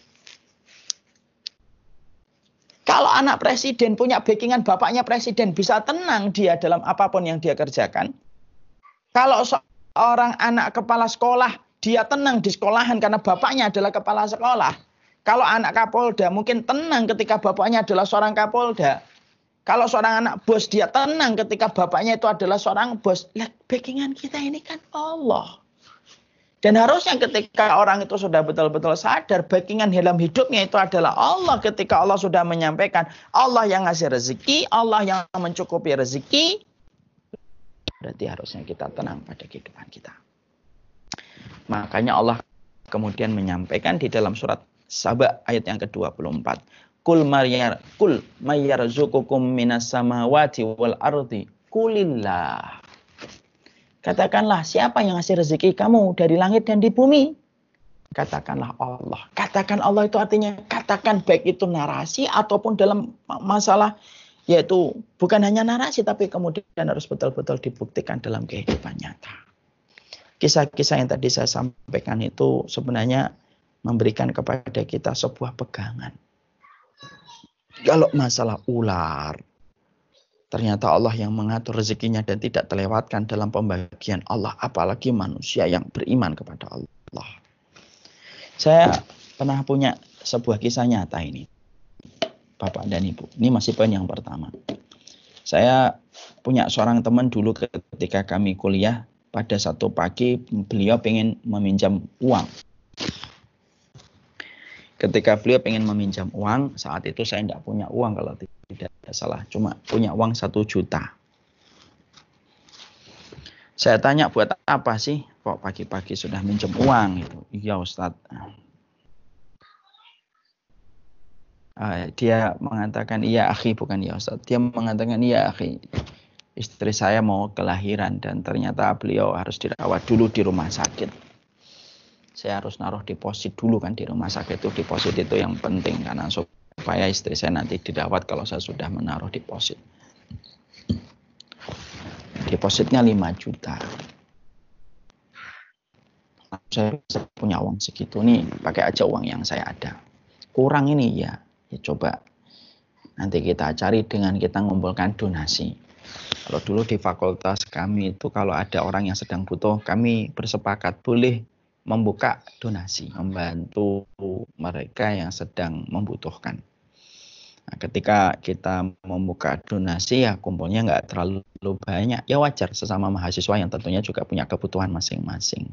Kalau anak presiden punya backingan bapaknya presiden, bisa tenang dia dalam apapun yang dia kerjakan. Kalau seorang anak kepala sekolah, dia tenang di sekolahan karena bapaknya adalah kepala sekolah. Kalau anak Kapolda mungkin tenang ketika bapaknya adalah seorang Kapolda. Kalau seorang anak bos, dia tenang ketika bapaknya itu adalah seorang bos. Lah, backingan kita ini kan Allah. Dan harusnya ketika orang itu sudah betul-betul sadar, backingan dalam hidupnya itu adalah Allah. Ketika Allah sudah menyampaikan, Allah yang ngasih rezeki, Allah yang mencukupi rezeki. Berarti harusnya kita tenang pada kehidupan kita. Makanya Allah kemudian menyampaikan di dalam surat Saba ayat yang ke dua puluh empat. Kul maryar kul mayyarzuqukum minas samawati wal ardi kulillah. Katakanlah, siapa yang ngasih rezeki kamu dari langit dan di bumi? Katakanlah Allah. Katakan Allah itu artinya katakan, baik itu narasi ataupun dalam masalah, yaitu bukan hanya narasi tapi kemudian harus betul-betul dibuktikan dalam kehidupan nyata. Kisah-kisah yang tadi saya sampaikan itu sebenarnya memberikan kepada kita sebuah pegangan. Kalau masalah ular, ternyata Allah yang mengatur rezekinya dan tidak terlewatkan dalam pembagian Allah, apalagi manusia yang beriman kepada Allah. Saya pernah punya sebuah kisah nyata ini, Bapak dan Ibu. Ini masih poin yang pertama. Saya punya seorang teman dulu ketika kami kuliah, pada satu pagi beliau pengen meminjam uang. Ketika beliau pengen meminjam uang, saat itu saya tidak punya uang kalau tidak salah. Cuma punya uang satu juta. Saya tanya, buat apa sih kok pagi-pagi sudah minjem uang? Itu. Iya Ustadz. Uh, dia mengatakan, iya akhi, bukan ya Ustadz. Dia mengatakan, iya akhi. Istri saya mau kelahiran dan ternyata beliau harus dirawat dulu di rumah sakit. Saya harus naruh deposit dulu kan di rumah sakit itu. Deposit itu yang penting karena supaya istri saya nanti dirawat kalau saya sudah menaruh deposit. Depositnya lima juta. Saya punya uang segitu nih, pakai aja uang yang saya ada. Kurang ini ya, ya coba nanti kita cari dengan kita ngumpulkan donasi. Kalau dulu di fakultas kami itu kalau ada orang yang sedang butuh, kami bersepakat boleh membuka donasi, membantu mereka yang sedang membutuhkan. Nah, ketika kita membuka donasi ya kumpulnya nggak terlalu banyak, ya wajar sesama mahasiswa yang tentunya juga punya kebutuhan masing-masing.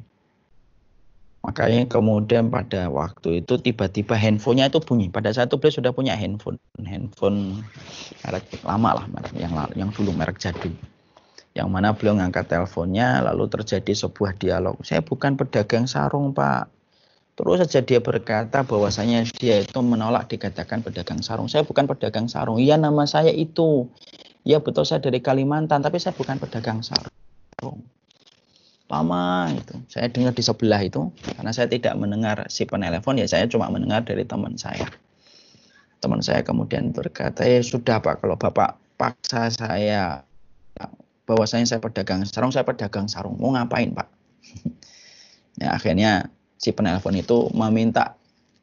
Makanya kemudian pada waktu itu tiba-tiba handphonenya itu bunyi. Pada saat itu beliau sudah punya handphone, handphone merek lama lah, merek yang yang dulu merek jadul. Yang mana beliau ngangkat teleponnya, lalu terjadi sebuah dialog. Saya bukan pedagang sarung, Pak. Terus saja dia berkata bahwasanya dia itu menolak dikatakan pedagang sarung. Saya bukan pedagang sarung. Iya, nama saya itu. Ya betul, saya dari Kalimantan, tapi saya bukan pedagang sarung. Lama itu. Saya dengar di sebelah itu, karena saya tidak mendengar si penelepon, ya saya cuma mendengar dari teman saya. Teman saya kemudian berkata, ya sudah Pak, kalau Bapak paksa saya bahwasanya saya pedagang sarung, saya pedagang sarung. Mau ngapain, Pak? Ya, akhirnya si penelpon itu meminta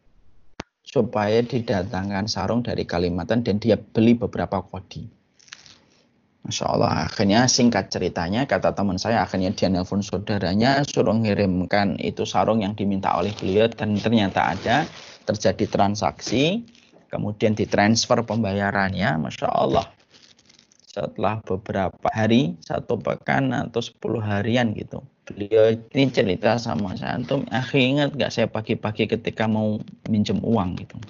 supaya didatangkan sarung dari Kalimantan dan dia beli beberapa kodi. Masya Allah, akhirnya singkat ceritanya, kata teman saya, akhirnya dia nelpon saudaranya, suruh ngirimkan itu sarung yang diminta oleh beliau, dan ternyata ada, terjadi transaksi, kemudian ditransfer pembayarannya, Masya Allah. Setelah beberapa hari, satu pekan atau sepuluh harian gitu, beliau ini cerita sama saya, antum, akhi ingat gak saya pagi-pagi ketika mau minjem uang gitu?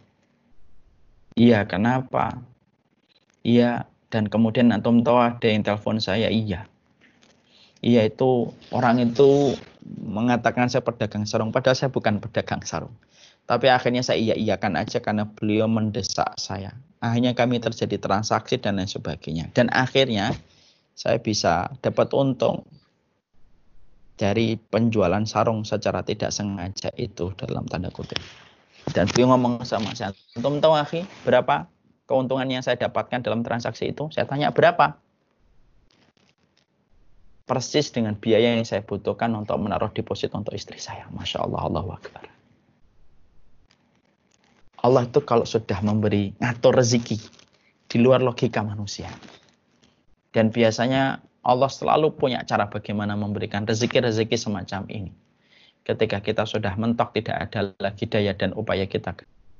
Iya, kenapa? Iya, dan kemudian antum tahu ada yang telepon saya, iya. Iya, itu orang itu mengatakan saya pedagang sarung, padahal saya bukan pedagang sarung. Tapi akhirnya saya iya-iyakan aja karena beliau mendesak saya. Akhirnya kami terjadi transaksi dan lain sebagainya. Dan akhirnya saya bisa dapat untung dari penjualan sarung secara tidak sengaja itu dalam tanda kutip. Dan beliau ngomong sama saya, antum tahu akhi berapa keuntungan yang saya dapatkan dalam transaksi itu? Saya tanya berapa? persis dengan biaya yang saya butuhkan untuk menaruh deposit untuk istri saya. Masya Allah, Allahu Akbar. Allah itu kalau sudah memberi, ngatur rezeki di luar logika manusia. Dan biasanya Allah selalu punya cara bagaimana memberikan rezeki-rezeki semacam ini. Ketika kita sudah mentok, tidak ada lagi daya dan upaya kita.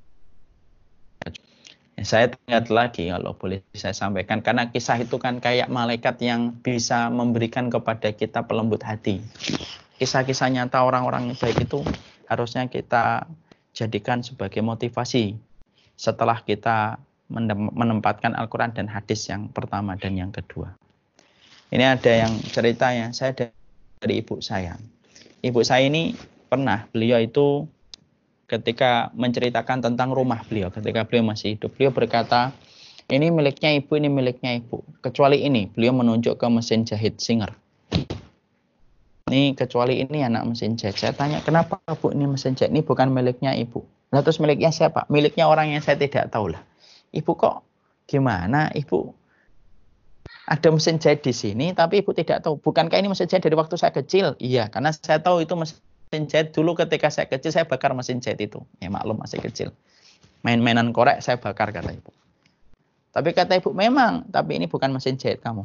Saya ingat lagi, kalau boleh saya sampaikan, karena kisah itu kan kayak malaikat yang bisa memberikan kepada kita pelembut hati. Kisah-kisah nyata orang-orang yang baik itu harusnya kita jadikan sebagai motivasi setelah kita menempatkan Al-Quran dan hadis yang pertama dan yang kedua. Ini ada yang ceritanya, saya dari ibu saya. Ibu saya ini pernah, beliau itu ketika menceritakan tentang rumah beliau, ketika beliau masih hidup, beliau berkata, ini miliknya ibu, ini miliknya ibu. Kecuali ini, beliau menunjuk ke mesin jahit Singer. Ini kecuali ini anak mesin jahit. Saya tanya, kenapa bu ini mesin jahit? Ini bukan miliknya ibu. Nah, terus miliknya siapa? Miliknya orang yang saya tidak tahu lah. Ibu kok gimana? Ibu ada mesin jahit di sini, tapi ibu tidak tahu. Bukankah ini mesin jahit dari waktu saya kecil? Iya, karena saya tahu itu mesin mesin jahit dulu ketika saya kecil, saya bakar mesin jahit itu. Ya maklum masih kecil. Main-mainan korek saya bakar, kata ibu. Tapi kata ibu, memang, tapi ini bukan mesin jahit kamu.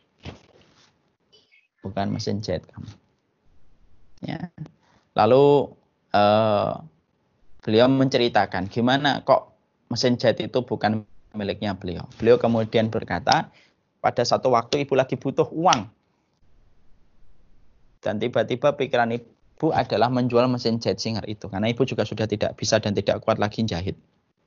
Bukan mesin jahit kamu. Ya. Lalu eh, beliau menceritakan gimana kok mesin jahit itu bukan miliknya beliau. Beliau kemudian berkata, pada satu waktu ibu lagi butuh uang. Dan tiba-tiba pikiran ibu Ibu adalah menjual mesin jahit Singer itu. Karena ibu juga sudah tidak bisa dan tidak kuat lagi jahit.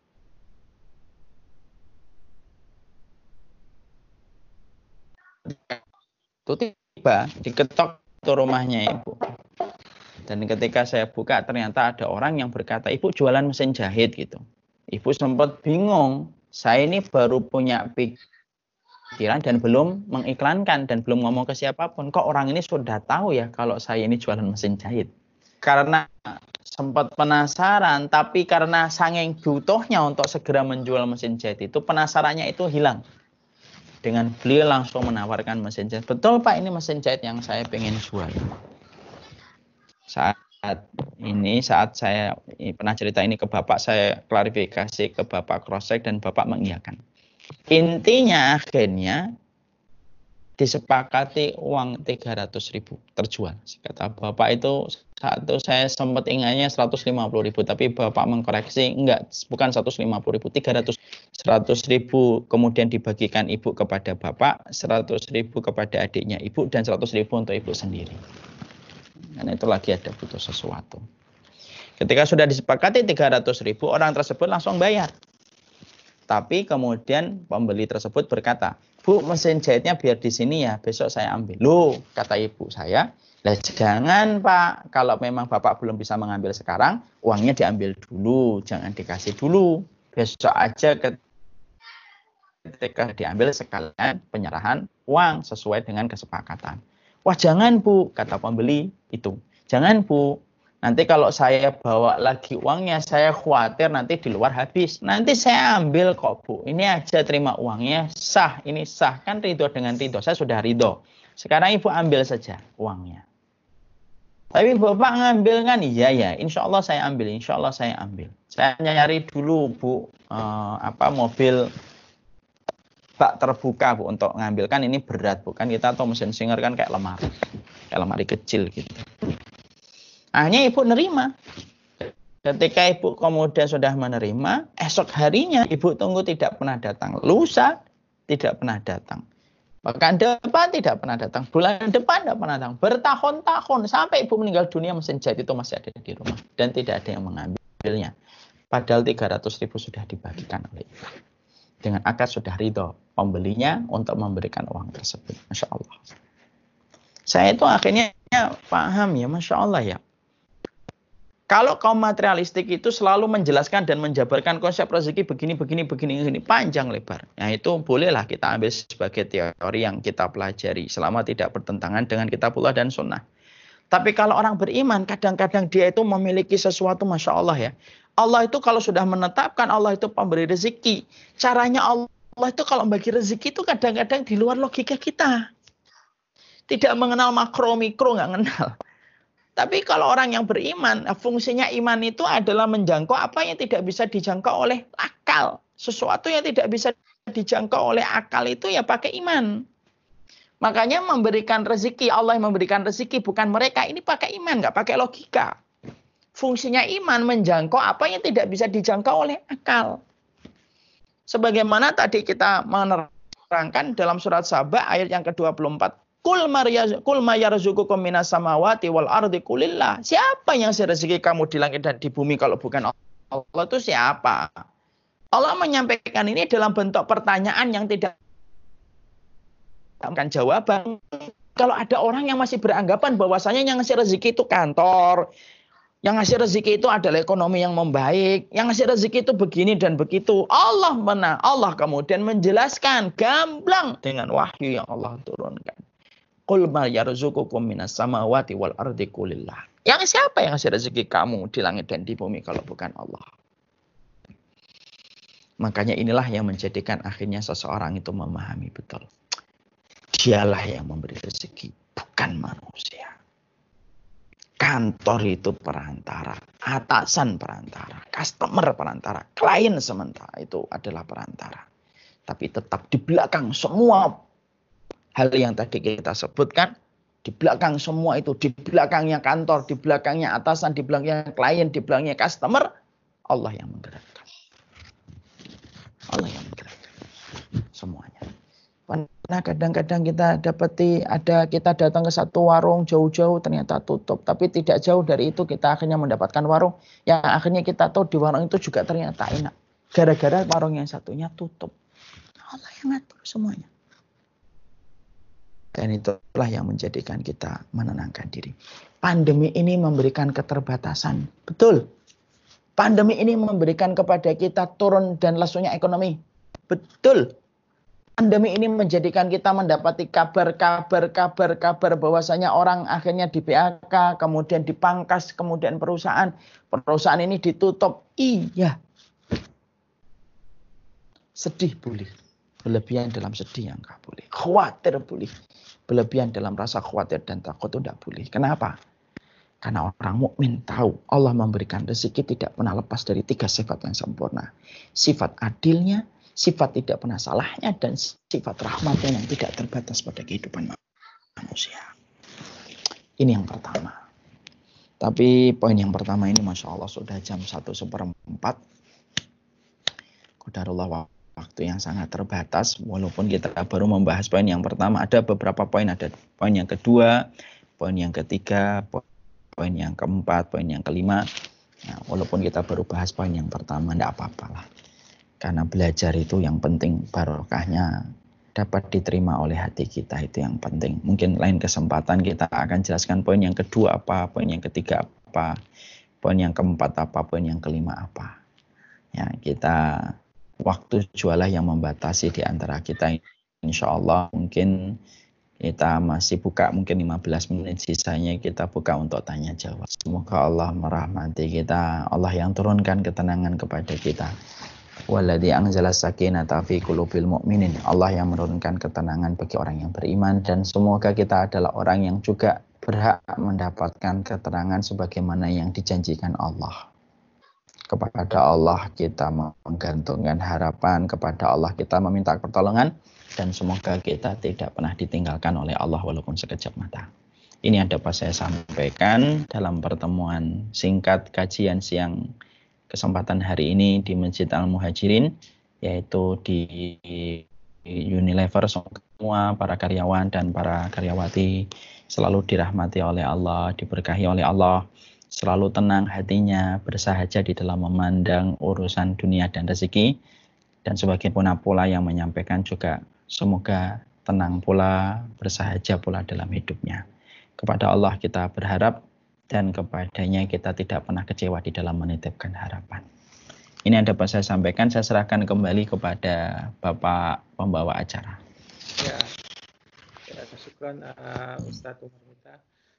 Itu tiba, diketok itu rumahnya ibu. Dan ketika saya buka, ternyata ada orang yang berkata, ibu jualan mesin jahit gitu. Ibu sempat bingung. Saya ini baru punya pikiran dan belum mengiklankan dan belum ngomong ke siapapun. Kok orang ini sudah tahu ya kalau saya ini jualan mesin jahit? Karena sempat penasaran, tapi karena saking butuhnya untuk segera menjual mesin jahit itu, penasarannya itu hilang. Dengan beliau langsung menawarkan mesin jahit. Betul Pak, ini mesin jahit yang saya pengen jual. Saat ini, saat saya pernah cerita ini ke Bapak, saya klarifikasi ke Bapak cross-check dan Bapak mengiyakan. Intinya akhirnya disepakati uang tiga ratus ribu terjual. Kata Bapak itu saat itu saya sempat ingatnya seratus lima puluh ribu, tapi Bapak mengkoreksi enggak, bukan seratus lima puluh ribu, tiga ratus. seratus ribu kemudian dibagikan ibu kepada Bapak, seratus ribu kepada adiknya ibu, dan seratus ribu untuk ibu sendiri. Karena itu lagi ada butuh sesuatu. Ketika sudah disepakati tiga ratus ribu, orang tersebut langsung bayar. Tapi kemudian pembeli tersebut berkata, Bu, mesin jahitnya biar di sini ya, besok saya ambil. Loh, kata ibu saya, lah jangan Pak, kalau memang Bapak belum bisa mengambil sekarang, uangnya diambil dulu, jangan dikasih dulu. Besok aja ketika diambil sekalian penyerahan uang sesuai dengan kesepakatan. Wah jangan Bu, kata pembeli itu. Jangan Bu. Nanti kalau saya bawa lagi uangnya, saya khawatir nanti di luar habis. Nanti saya ambil kok Bu. Ini aja terima uangnya, sah. Ini sah. Kan ridho dengan ridho. Saya sudah ridho. Sekarang Ibu ambil saja uangnya. Tapi Bapak ngambil kan? Iya ya. Insya Allah saya ambil. Insya Allah saya ambil. Saya nyari dulu Bu. Eh, apa mobil bak terbuka Bu untuk ngambil. Kan ini berat Bu. Kan kita atau mesin Singer kan kayak lemari. Kayak lemari kecil gitu. Akhirnya ibu nerima. Ketika ibu kemudian sudah menerima, esok harinya ibu tunggu tidak pernah datang. Lusa tidak pernah datang. Pekan depan tidak pernah datang. Bulan depan tidak pernah datang. Bertahun-tahun sampai ibu meninggal dunia mesin jahit itu masih ada di rumah. Dan tidak ada yang mengambilnya. Padahal tiga ratus ribu sudah dibagikan oleh ibu. Dengan akad sudah ridho pembelinya untuk memberikan uang tersebut. Masya Allah. Saya itu akhirnya paham ya, Masya Allah ya. Kalau kaum materialistik itu selalu menjelaskan dan menjabarkan konsep rezeki begini, begini, begini, begini, panjang lebar. Nah itu bolehlah kita ambil sebagai teori yang kita pelajari selama tidak bertentangan dengan kitabullah dan sunnah. Tapi kalau orang beriman, kadang-kadang dia itu memiliki sesuatu, Masya Allah ya. Allah itu kalau sudah menetapkan, Allah itu pemberi rezeki. Caranya Allah itu kalau bagi rezeki itu kadang-kadang di luar logika kita. Tidak mengenal makro mikro, nggak kenal. Tapi kalau orang yang beriman, fungsinya iman itu adalah menjangkau apa yang tidak bisa dijangkau oleh akal. Sesuatu yang tidak bisa dijangkau oleh akal itu ya pakai iman. Makanya memberikan rezeki, Allah yang memberikan rezeki, bukan mereka. Ini pakai iman, nggak pakai logika. Fungsinya iman menjangkau apa yang tidak bisa dijangkau oleh akal. Sebagaimana tadi kita menerangkan dalam surat Saba ayat yang ke dua puluh empat. Kul ma yarzuqukum minas samawati wal ardi kulillah. Siapa yang rezeki kamu di langit dan di bumi kalau bukan Allah? Itu siapa? Allah menyampaikan ini dalam bentuk pertanyaan yang tidak akan jawaban. Kalau ada orang yang masih beranggapan bahwasanya yang ngasih rezeki itu kantor, yang ngasih rezeki itu adalah ekonomi yang membaik, yang ngasih rezeki itu begini dan begitu. Allah mana? Allah kemudian menjelaskan gamblang dengan wahyu yang Allah turunkan. Qul ma yarzuqukum minas samawati wal ardi kulillah. Yang siapa yang ngasih rezeki kamu di langit dan di bumi kalau bukan Allah? Makanya inilah yang menjadikan akhirnya seseorang itu memahami betul. Dialah yang memberi rezeki, bukan manusia. Kantor itu perantara, atasan perantara, customer perantara, klien sementara itu adalah perantara. Tapi tetap di belakang semua hal yang tadi kita sebutkan, di belakang semua itu, di belakangnya kantor, di belakangnya atasan, di belakangnya klien, di belakangnya customer, Allah yang menggerakkan. Allah yang menggerakkan semuanya. Karena kadang-kadang kita dapati ada kita datang ke satu warung jauh-jauh ternyata tutup, tapi tidak jauh dari itu kita akhirnya mendapatkan warung yang akhirnya kita tahu di warung itu juga ternyata enak. Gara-gara warung yang satunya tutup. Allah yang ngatur semuanya. Dan itulah yang menjadikan kita menenangkan diri. Pandemi ini memberikan keterbatasan. Betul. Pandemi ini memberikan kepada kita turun dan lesunya ekonomi. Betul. Pandemi ini menjadikan kita mendapati kabar-kabar-kabar-kabar bahwasanya orang akhirnya di P H K, kemudian dipangkas, kemudian perusahaan. Perusahaan ini ditutup. Iya. Sedih boleh. Berlebihan dalam sedih yang enggak boleh. Khawatir boleh. Berlebihan dalam rasa khawatir dan takut itu tidak boleh. Kenapa? Karena orang mukmin tahu Allah memberikan rezeki tidak pernah lepas dari tiga sifat yang sempurna. Sifat adilnya, sifat tidak pernah salahnya, dan sifat rahmatnya yang tidak terbatas pada kehidupan manusia. Ini yang pertama. Tapi poin yang pertama ini Masya Allah sudah jam satu seperempat. Qadarullah waktu yang sangat terbatas, walaupun kita baru membahas poin yang pertama, ada beberapa poin, ada poin yang kedua, poin yang ketiga, poin yang keempat, poin yang kelima. Nah, walaupun kita baru bahas poin yang pertama, tidak apa-apalah. Karena belajar itu yang penting, barokahnya dapat diterima oleh hati kita, itu yang penting. Mungkin lain kesempatan kita akan jelaskan poin yang kedua apa, poin yang ketiga apa, poin yang keempat apa, poin yang kelima apa. Ya, kita waktu jualah yang membatasi di antara kita. Insya Allah mungkin kita masih buka mungkin lima belas menit, sisanya kita buka untuk tanya jawab. Semoga Allah merahmati kita, Allah yang turunkan ketenangan kepada kita. Walladzi anzala sakinata fi qulubil mu'minin. Allah yang menurunkan ketenangan bagi orang yang beriman, dan semoga kita adalah orang yang juga berhak mendapatkan keterangan sebagaimana yang dijanjikan Allah. Kepada Allah kita menggantungkan harapan, kepada Allah kita meminta pertolongan, dan semoga kita tidak pernah ditinggalkan oleh Allah walaupun sekejap mata. Ini yang dapat saya sampaikan dalam pertemuan singkat kajian siang kesempatan hari ini di Masjid Al-Muhajirin, yaitu di Unilever. Semua para karyawan dan para karyawati selalu dirahmati oleh Allah, diberkahi oleh Allah, selalu tenang hatinya, bersahaja di dalam memandang urusan dunia dan rezeki. Dan sebagai pula yang menyampaikan juga semoga tenang pula, bersahaja pula dalam hidupnya. Kepada Allah kita berharap, dan kepadanya kita tidak pernah kecewa di dalam menitipkan harapan. Ini yang dapat saya sampaikan. Saya serahkan kembali kepada Bapak pembawa acara. Ya, ya syukran uh, Ustadz Umar Mita.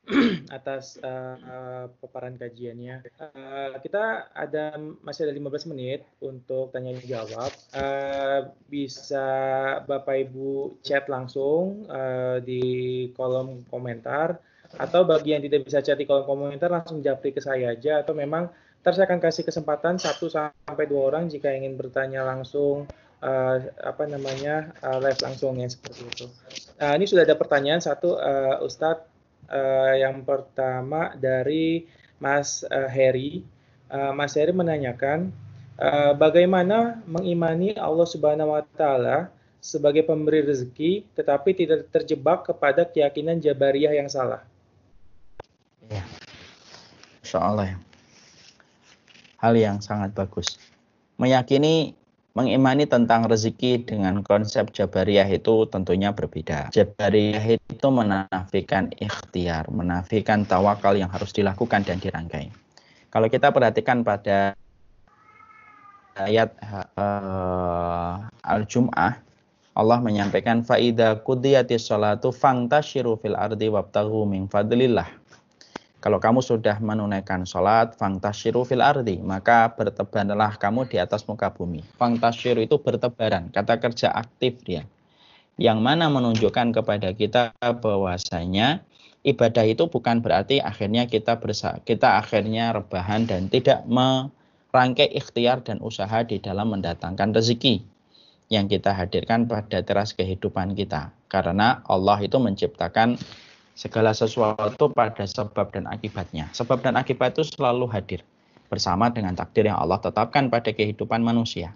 atas uh, paparan kajiannya. Uh, kita ada masih ada lima belas menit untuk tanya jawab. Uh, bisa Bapak Ibu chat langsung uh, di kolom komentar, atau bagi yang tidak bisa chat di kolom komentar langsung japri ke saya aja, atau memang ntar saya akan kasih kesempatan satu sampai dua orang jika ingin bertanya langsung uh, apa namanya uh, live langsung ya seperti itu. Uh, ini sudah ada pertanyaan satu, uh, Ustadz. Uh, yang pertama dari Mas uh, Heri. Uh, Mas Heri menanyakan uh, bagaimana mengimani Allah Subhanahu Wa Taala sebagai pemberi rezeki, tetapi tidak terjebak kepada keyakinan Jabariyah yang salah. Ya, Insya Allah ya. Hal yang sangat bagus. Meyakini Mengimani tentang rezeki dengan konsep Jabariyah itu tentunya berbeda. Jabariyah itu menafikan ikhtiar, menafikan tawakal yang harus dilakukan dan dirangkai. Kalau kita perhatikan pada ayat uh, Al-Jum'ah, Allah menyampaikan faida qudiyatis sholatu fangtashiru fil ardi wabtaghu min fadlillah. Kalau kamu sudah menunaikan sholat, fangtashiru fil ardi, maka bertebaranlah kamu di atas muka bumi. Fangtashiru itu bertebaran, kata kerja aktif dia. Yang mana menunjukkan kepada kita bahwasanya ibadah itu bukan berarti akhirnya kita bersa kita akhirnya rebahan dan tidak merangkai ikhtiar dan usaha di dalam mendatangkan rezeki yang kita hadirkan pada teras kehidupan kita. Karena Allah itu menciptakan segala sesuatu pada sebab dan akibatnya. Sebab dan akibat itu selalu hadir bersama dengan takdir yang Allah tetapkan pada kehidupan manusia.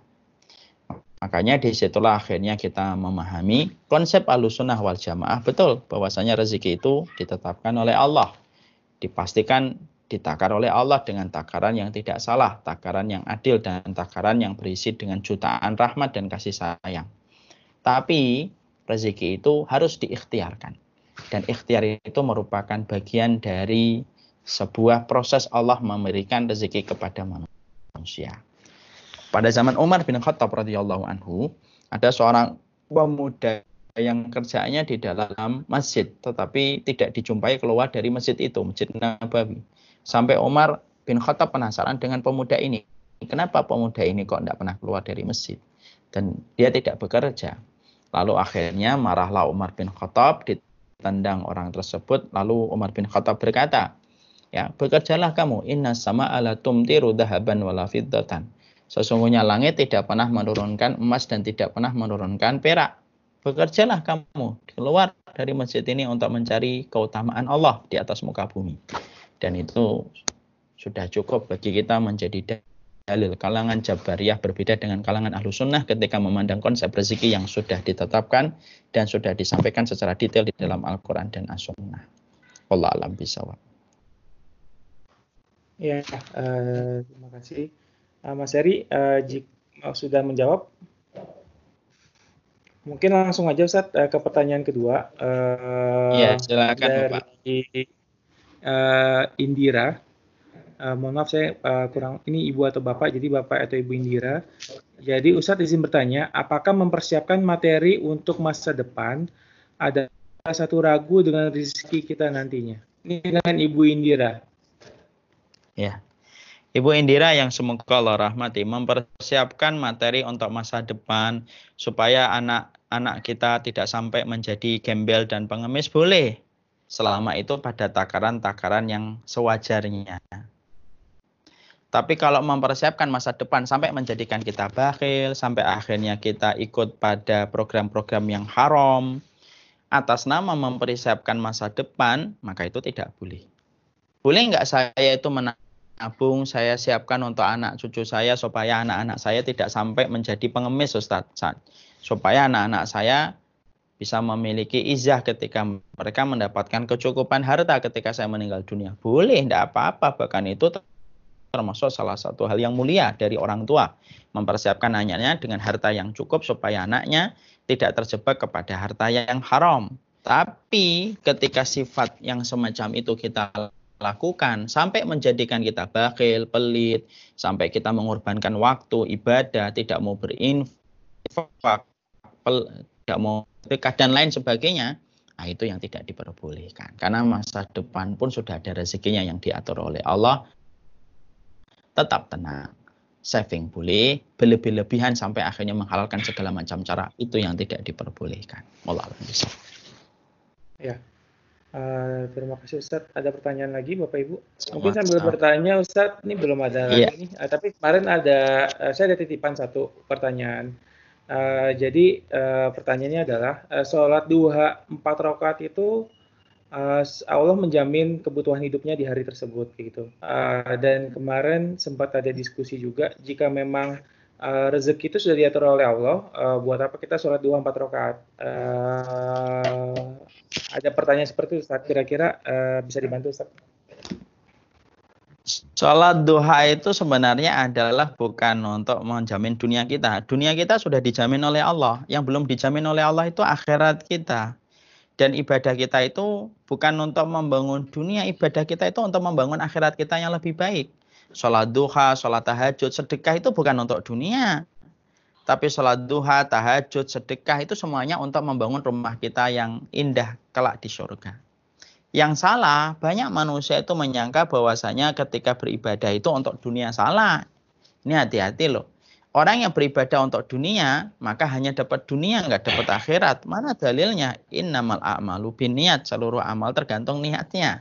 Makanya disitulah akhirnya kita memahami konsep Ahlussunnah wal Jamaah betul bahwasanya rezeki itu ditetapkan oleh Allah, dipastikan ditakar oleh Allah dengan takaran yang tidak salah, takaran yang adil dan takaran yang berisi dengan jutaan rahmat dan kasih sayang. Tapi rezeki itu harus diikhtiarkan. Dan ikhtiar itu merupakan bagian dari sebuah proses Allah memberikan rezeki kepada manusia. Pada zaman Umar bin Khattab radhiyallahu anhu, ada seorang pemuda yang kerjanya di dalam masjid, tetapi tidak dijumpai keluar dari masjid itu, Masjid Nabawi. Sampai Umar bin Khattab penasaran dengan pemuda ini. Kenapa pemuda ini kok tidak pernah keluar dari masjid? Dan dia tidak bekerja. Lalu akhirnya marahlah Umar bin Khattab, tendang orang tersebut. Lalu Umar bin Khattab berkata, ya, bekerjalah kamu, inna sama'a la tumtiru dhahaban wala fiddatan. Sesungguhnya langit tidak pernah menurunkan emas dan tidak pernah menurunkan perak. Bekerjalah kamu, keluar dari masjid ini untuk mencari keutamaan Allah di atas muka bumi. Dan itu sudah cukup bagi kita menjadi dalil. Kalangan Jabariyah berbeda dengan kalangan Ahlussunnah ketika memandang konsep rezeki yang sudah ditetapkan dan sudah disampaikan secara detail di dalam Al-Quran dan As-Sunnah. Wallahu a'lam bishawab. Ya, uh, terima kasih. Uh, Mas Heri, uh, jika uh, sudah menjawab, mungkin langsung aja Ustaz uh, ke pertanyaan kedua. Uh, ya, silakan dari, Bapak. Uh, Indira. Uh, mohon maaf saya uh, kurang, ini ibu atau bapak, jadi bapak atau ibu Indira. Jadi Ustadz izin bertanya, apakah mempersiapkan materi untuk masa depan ada satu ragu dengan rezeki kita nantinya? Ini dengan ibu Indira. Ya, Ibu Indira yang semoga Allah rahmati, mempersiapkan materi untuk masa depan supaya anak-anak kita tidak sampai menjadi gembel dan pengemis, boleh. Selama itu pada takaran-takaran yang sewajarnya. Tapi kalau mempersiapkan masa depan sampai menjadikan kita bakhil, sampai akhirnya kita ikut pada program-program yang haram, atas nama mempersiapkan masa depan, maka itu tidak boleh. Boleh nggak saya itu menabung, saya siapkan untuk anak cucu saya, supaya anak-anak saya tidak sampai menjadi pengemis, Ustadz. Supaya anak-anak saya bisa memiliki izah ketika mereka mendapatkan kecukupan harta ketika saya meninggal dunia. Boleh, tidak apa-apa, bahkan itu termasuk salah satu hal yang mulia dari orang tua, mempersiapkan anaknya dengan harta yang cukup supaya anaknya tidak terjebak kepada harta yang haram. Tapi ketika sifat yang semacam itu kita lakukan sampai menjadikan kita bakhil, pelit, sampai kita mengorbankan waktu ibadah, tidak mau berinfak, tidak mau berkah dan lain sebagainya, Nah, itu yang tidak diperbolehkan. Karena masa depan pun sudah ada rezekinya yang diatur oleh Allah. Tetap tenang. Saving boleh, berlebih-lebihan sampai akhirnya menghalalkan segala macam cara. Itu yang tidak diperbolehkan. Wallahu a'lam bishawab. Ya. Uh, terima kasih Ustadz. Ada pertanyaan lagi Bapak Ibu? Sama, Mungkin sambil sama. bertanya Ustadz, ini belum ada Iya. lagi nih. Uh, tapi kemarin ada, uh, saya ada titipan satu pertanyaan. Uh, jadi uh, pertanyaannya adalah, uh, sholat duha empat rakaat itu uh, Allah menjamin kebutuhan hidupnya di hari tersebut, gitu. Uh, dan kemarin sempat ada diskusi juga, jika memang uh, rezeki itu sudah diatur oleh Allah, uh, buat apa kita sholat duha empat rakaat? Uh, ada pertanyaan seperti itu, Ustaz. Kira-kira uh, bisa dibantu, Ustaz? Sholat duha itu sebenarnya adalah bukan untuk menjamin dunia kita. Dunia kita sudah dijamin oleh Allah. Yang belum dijamin oleh Allah itu akhirat kita. Dan ibadah kita itu bukan untuk membangun dunia. Ibadah kita itu untuk membangun akhirat kita yang lebih baik. Sholat duha, sholat tahajud, sedekah itu bukan untuk dunia. Tapi sholat duha, tahajud, sedekah itu semuanya untuk membangun rumah kita yang indah kelak di surga. Yang salah, banyak manusia itu menyangka bahwasanya ketika beribadah itu untuk dunia. Salah. Ini hati-hati loh. Orang yang beribadah untuk dunia, maka hanya dapat dunia, nggak dapat akhirat. Mana dalilnya? Innamal a'malu binniyat. Seluruh amal tergantung niatnya.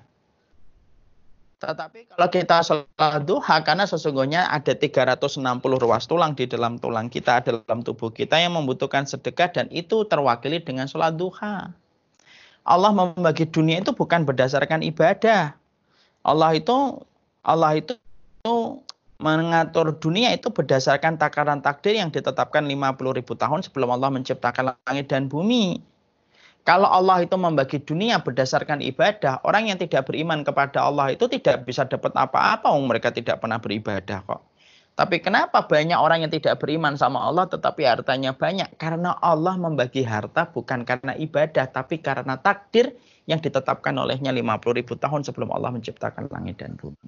Tetapi kalau kita sholat duha, karena sesungguhnya ada tiga ratus enam puluh ruas tulang di dalam tulang kita, dalam tubuh kita yang membutuhkan sedekah, dan itu terwakili dengan sholat duha. Allah membagi dunia itu bukan berdasarkan ibadah. Allah itu Allah itu, itu mengatur dunia itu berdasarkan takaran takdir yang ditetapkan lima puluh ribu tahun sebelum Allah menciptakan langit dan bumi. Kalau Allah itu membagi dunia berdasarkan ibadah, orang yang tidak beriman kepada Allah itu tidak bisa dapat apa-apa, mereka tidak pernah beribadah kok. Tapi kenapa banyak orang yang tidak beriman sama Allah tetapi hartanya banyak? Karena Allah membagi harta bukan karena ibadah, tapi karena takdir yang ditetapkan olehnya lima puluh ribu tahun sebelum Allah menciptakan langit dan bumi.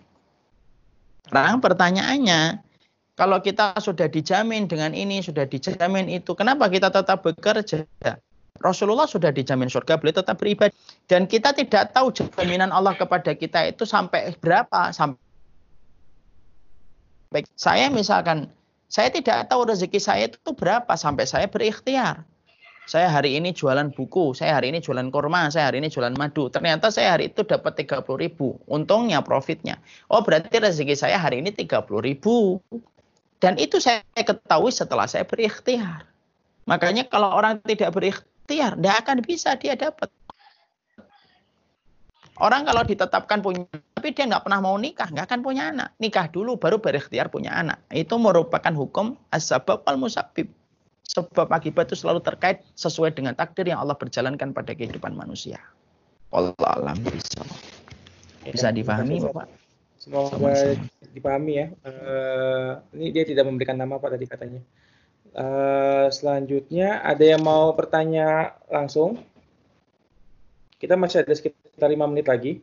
Sekarang pertanyaannya, kalau kita sudah dijamin dengan ini, sudah dijamin itu, kenapa kita tetap bekerja? Rasulullah sudah dijamin surga, beliau tetap beribadah. Dan kita tidak tahu jaminan Allah kepada kita itu sampai berapa, sampai baik, saya misalkan, saya tidak tahu rezeki saya itu berapa sampai saya berikhtiar. Saya hari ini jualan buku, saya hari ini jualan kurma, saya hari ini jualan madu. Ternyata saya hari itu dapat tiga puluh ribu. Untungnya, profitnya. Oh, berarti rezeki saya hari ini tiga puluh ribu. Dan itu saya ketahui setelah saya berikhtiar. Makanya kalau orang tidak berikhtiar, tidak akan bisa dia dapat. Orang kalau ditetapkan punya, tapi dia nggak pernah mau nikah, nggak akan punya anak. Nikah dulu, baru berikhtiar punya anak. Itu merupakan hukum as-sabab wal musabbib. Sebab akibat itu selalu terkait sesuai dengan takdir yang Allah berjalankan pada kehidupan manusia. Wallahu a'lam bishawab. Bisa dipahami, Bapak? Semoga Sama-sama. dipahami ya. Uh, ini dia tidak memberikan nama Pak tadi katanya. Uh, selanjutnya ada yang mau bertanya langsung? Kita masih ada sekitar lima menit lagi.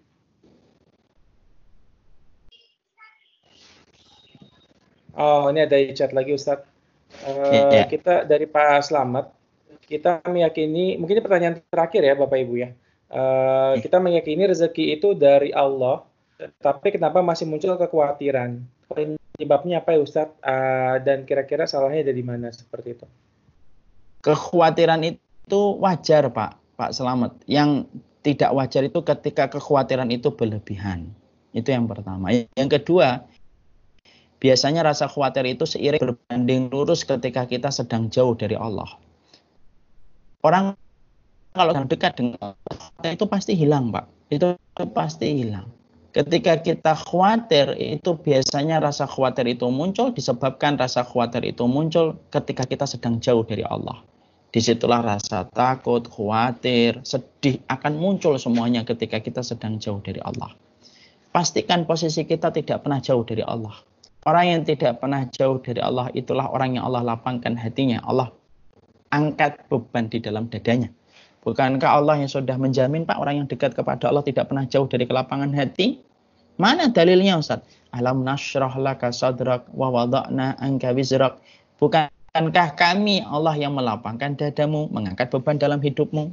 Oh, ini ada chat lagi Ustadz. Uh, yeah, yeah. Kita dari Pak Slamet, kita meyakini, mungkin ini pertanyaan terakhir ya Bapak Ibu ya. Uh, kita meyakini rezeki itu dari Allah, tapi kenapa masih muncul kekhawatiran? Penyebabnya apa ya Ustadz? Uh, dan kira-kira salahnya ada di mana seperti itu? Kekhawatiran itu wajar Pak. Pak Slamet, yang tidak wajar itu ketika kekhawatiran itu berlebihan. Itu yang pertama. Yang kedua, biasanya rasa khawatir itu seiring berbanding lurus ketika kita sedang jauh dari Allah. Orang kalau dekat dengan Allah itu pasti hilang, Pak. Itu pasti hilang. Ketika kita khawatir, itu biasanya rasa khawatir itu muncul disebabkan rasa khawatir itu muncul ketika kita sedang jauh dari Allah. Disitulah rasa takut, khawatir, sedih akan muncul semuanya ketika kita sedang jauh dari Allah. Pastikan posisi kita tidak pernah jauh dari Allah. Orang yang tidak pernah jauh dari Allah itulah orang yang Allah lapangkan hatinya. Allah angkat beban di dalam dadanya. Bukankah Allah yang sudah menjamin, Pak, orang yang dekat kepada Allah tidak pernah jauh dari kelapangan hati? Mana dalilnya, Ustaz? Alam nashrah laka sadrak wa wada'na anka wizrak. Bukan Bukankah kami Allah yang melapangkan dadamu, mengangkat beban dalam hidupmu?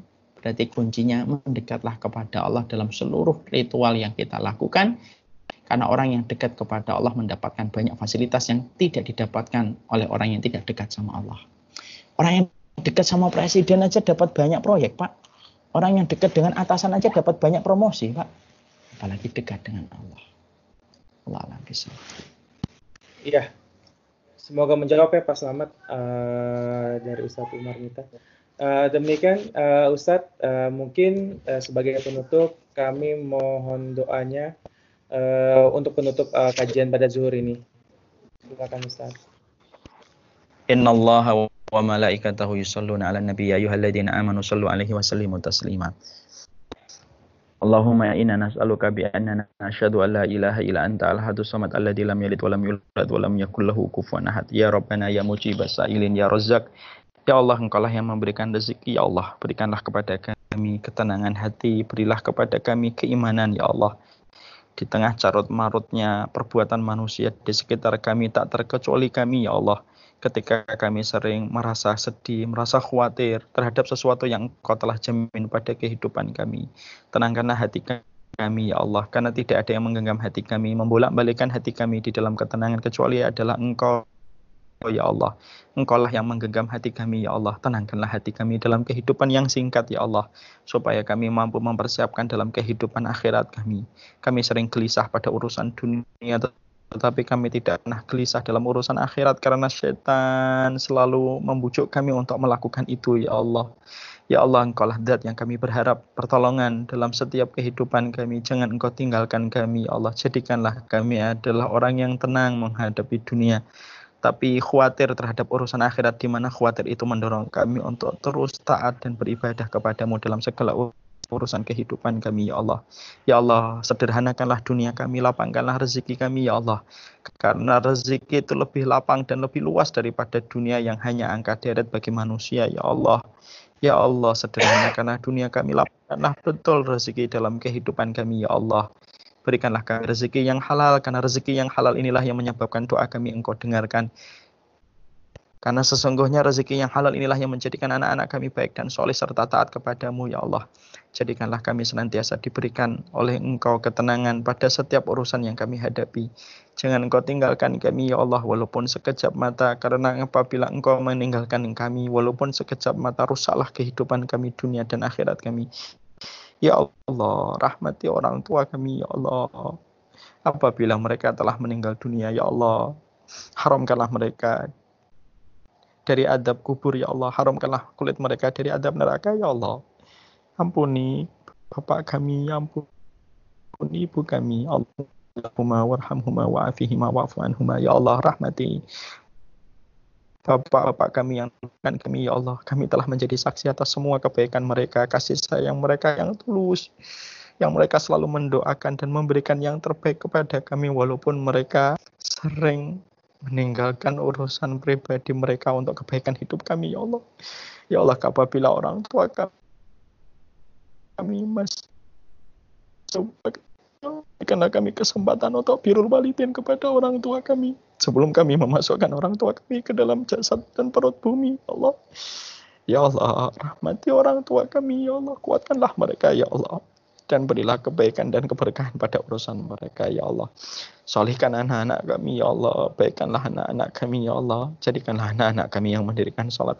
Berarti kuncinya mendekatlah kepada Allah dalam seluruh ritual yang kita lakukan. Karena orang yang dekat kepada Allah mendapatkan banyak fasilitas yang tidak didapatkan oleh orang yang tidak dekat sama Allah. Orang yang dekat sama presiden aja dapat banyak proyek, Pak. Orang yang dekat dengan atasan aja dapat banyak promosi, Pak. Apalagi dekat dengan Allah. Allah alam bisa. Iya. Semoga menjawab ya Pak Selamat uh, dari Ustadz Umar Mita. Uh, demikian uh, Ustadz, uh, mungkin uh, sebagai penutup kami mohon doanya uh, untuk penutup uh, kajian pada zuhur ini. Silakan Ustadz. Innallaha wa malaikatahu yusholluna 'alan nabi ya ayyuhalladzina amanu shallu 'alaihi wa sallimu taslima. Allahumma inna nas'aluka bi annana nashhadu an la ilaha illa anta al-ahadus samad alladzi lam yalid wa lam yulad wa lam yakul lahu kufuwan ahad. Ya Rabbana ya mujibas sa'ilin ya Razzaq. Ya Allah, Engkaulah yang memberikan rezeki. Ya Allah, berikanlah kepada kami ketenangan hati, berilah kepada kami keimanan ya Allah. Di tengah carut marutnya perbuatan manusia di sekitar kami, tak terkecuali kami ya Allah. Ketika kami sering merasa sedih, merasa khawatir terhadap sesuatu yang Engkau telah jamin pada kehidupan kami. Tenangkanlah hati kami, ya Allah, karena tidak ada yang menggenggam hati kami, membolak-balikkan hati kami di dalam ketenangan, kecuali adalah Engkau, ya Allah. Engkaulah yang menggenggam hati kami, ya Allah. Tenangkanlah hati kami dalam kehidupan yang singkat, ya Allah, supaya kami mampu mempersiapkan dalam kehidupan akhirat kami. Kami sering gelisah pada urusan dunia, tetapi kami tidak pernah gelisah dalam urusan akhirat karena setan selalu membujuk kami untuk melakukan itu ya Allah. Ya Allah, Engkaulah zat yang kami berharap pertolongan dalam setiap kehidupan kami. Jangan Engkau tinggalkan kami ya Allah. Jadikanlah kami adalah orang yang tenang menghadapi dunia, tapi khawatir terhadap urusan akhirat, di mana khawatir itu mendorong kami untuk terus taat dan beribadah kepadamu dalam segala urusan kehidupan kami ya Allah. Ya Allah, sederhanakanlah dunia kami, lapangkanlah rezeki kami ya Allah. Karena rezeki itu lebih lapang dan lebih luas daripada dunia yang hanya angka deret bagi manusia ya Allah. Ya Allah, sederhanakanlah dunia kami, lapangkanlah betul rezeki dalam kehidupan kami ya Allah. Berikanlah kami rezeki yang halal, karena rezeki yang halal inilah yang menyebabkan doa kami Engkau dengarkan. Karena sesungguhnya rezeki yang halal inilah yang menjadikan anak-anak kami baik dan soleh serta taat kepadamu ya Allah. Jadikanlah kami senantiasa diberikan oleh Engkau ketenangan pada setiap urusan yang kami hadapi. Jangan Engkau tinggalkan kami ya Allah walaupun sekejap mata, karena apabila Engkau meninggalkan kami walaupun sekejap mata, rusaklah kehidupan kami dunia dan akhirat kami. Ya Allah, rahmati orang tua kami ya Allah. Apabila mereka telah meninggal dunia ya Allah, haramkanlah mereka dari adab kubur ya Allah, haramkanlah kulit mereka dari adab neraka ya Allah. Ampuni bapak kami, ampuni ibu kami, Allahumma warhamhuma wa'afihima wa'fu anhuma ya Allah. Rahmati bapak-bapak kami yang kan kami ya Allah. Kami telah menjadi saksi atas semua kebaikan mereka, kasih sayang mereka yang tulus, yang mereka selalu mendoakan dan memberikan yang terbaik kepada kami, walaupun mereka sering meninggalkan urusan pribadi mereka untuk kebaikan hidup kami ya Allah. Ya Allah, apabila orang tua kami masih berikanlah kami kesempatan untuk birrul walidain kepada orang tua kami sebelum kami memasukkan orang tua kami ke dalam jasad dan perut bumi ya Allah. Ya Allah, rahmati orang tua kami ya Allah, kuatkanlah mereka ya Allah, dan berilah kebaikan dan keberkahan pada urusan mereka ya Allah. Solihkan anak-anak kami ya Allah, baikkanlah anak-anak kami ya Allah. Jadikanlah anak-anak kami yang mendirikan sholat.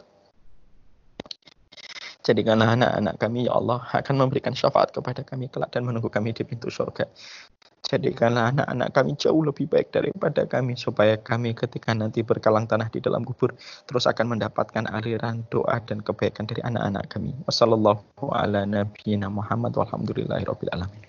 Jadikanlah anak-anak kami ya Allah akan memberikan syafaat kepada kami kelak dan menunggu kami di pintu surga. Jadikanlah anak-anak kami jauh lebih baik daripada kami, supaya kami ketika nanti berkalang tanah di dalam kubur terus akan mendapatkan aliran doa dan kebaikan dari anak-anak kami. Wassallallahu ala nabiyyina Muhammad walhamdulillahirabbil alamin.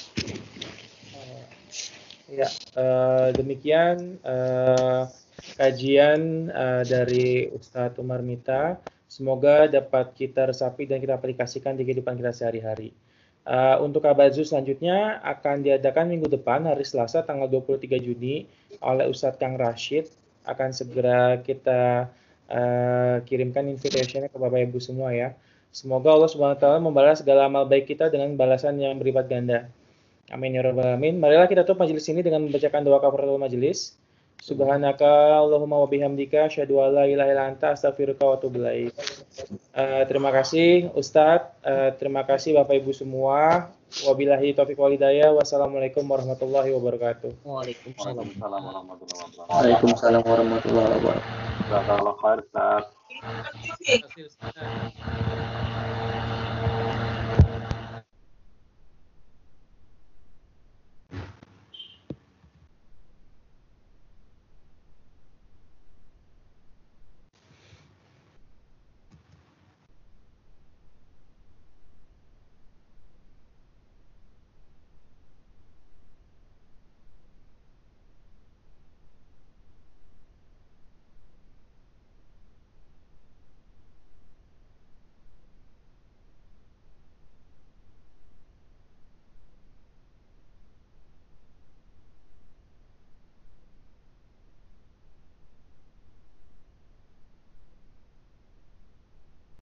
Ya, uh, demikian uh, kajian uh, dari Ustadz Umar Mita. Semoga dapat kita resapi dan kita aplikasikan di kehidupan kita sehari-hari. Uh, untuk Kabazu selanjutnya akan diadakan minggu depan, hari Selasa tanggal dua puluh tiga Juni oleh Ustadz Kang Rashid. Akan segera kita uh, kirimkan invitation-nya ke Bapak Ibu semua ya. Semoga Allah Subhanahu wa taala membalas segala amal baik kita dengan balasan yang berlipat ganda. Amin ya rabbal alamin. Marilah kita tutup majelis ini dengan membacakan doa kafaratul majelis. Subhanaka Allahumma wa bihamdika asyhadu an la ilaha illa anta astaghfiruka wa atubu ilaik. Uh, terima kasih Ustadz, uh, terima kasih Bapak Ibu semua. Wabillahi taufiq wal hidayah. Wassalamualaikum warahmatullahi wabarakatuh. Waalaikumsalam warahmatullahi wabarakatuh. Waalaikumsalam warahmatullahi wabarakatuh. Jazakallah khair, Ustaz. Terima kasih Ustadz.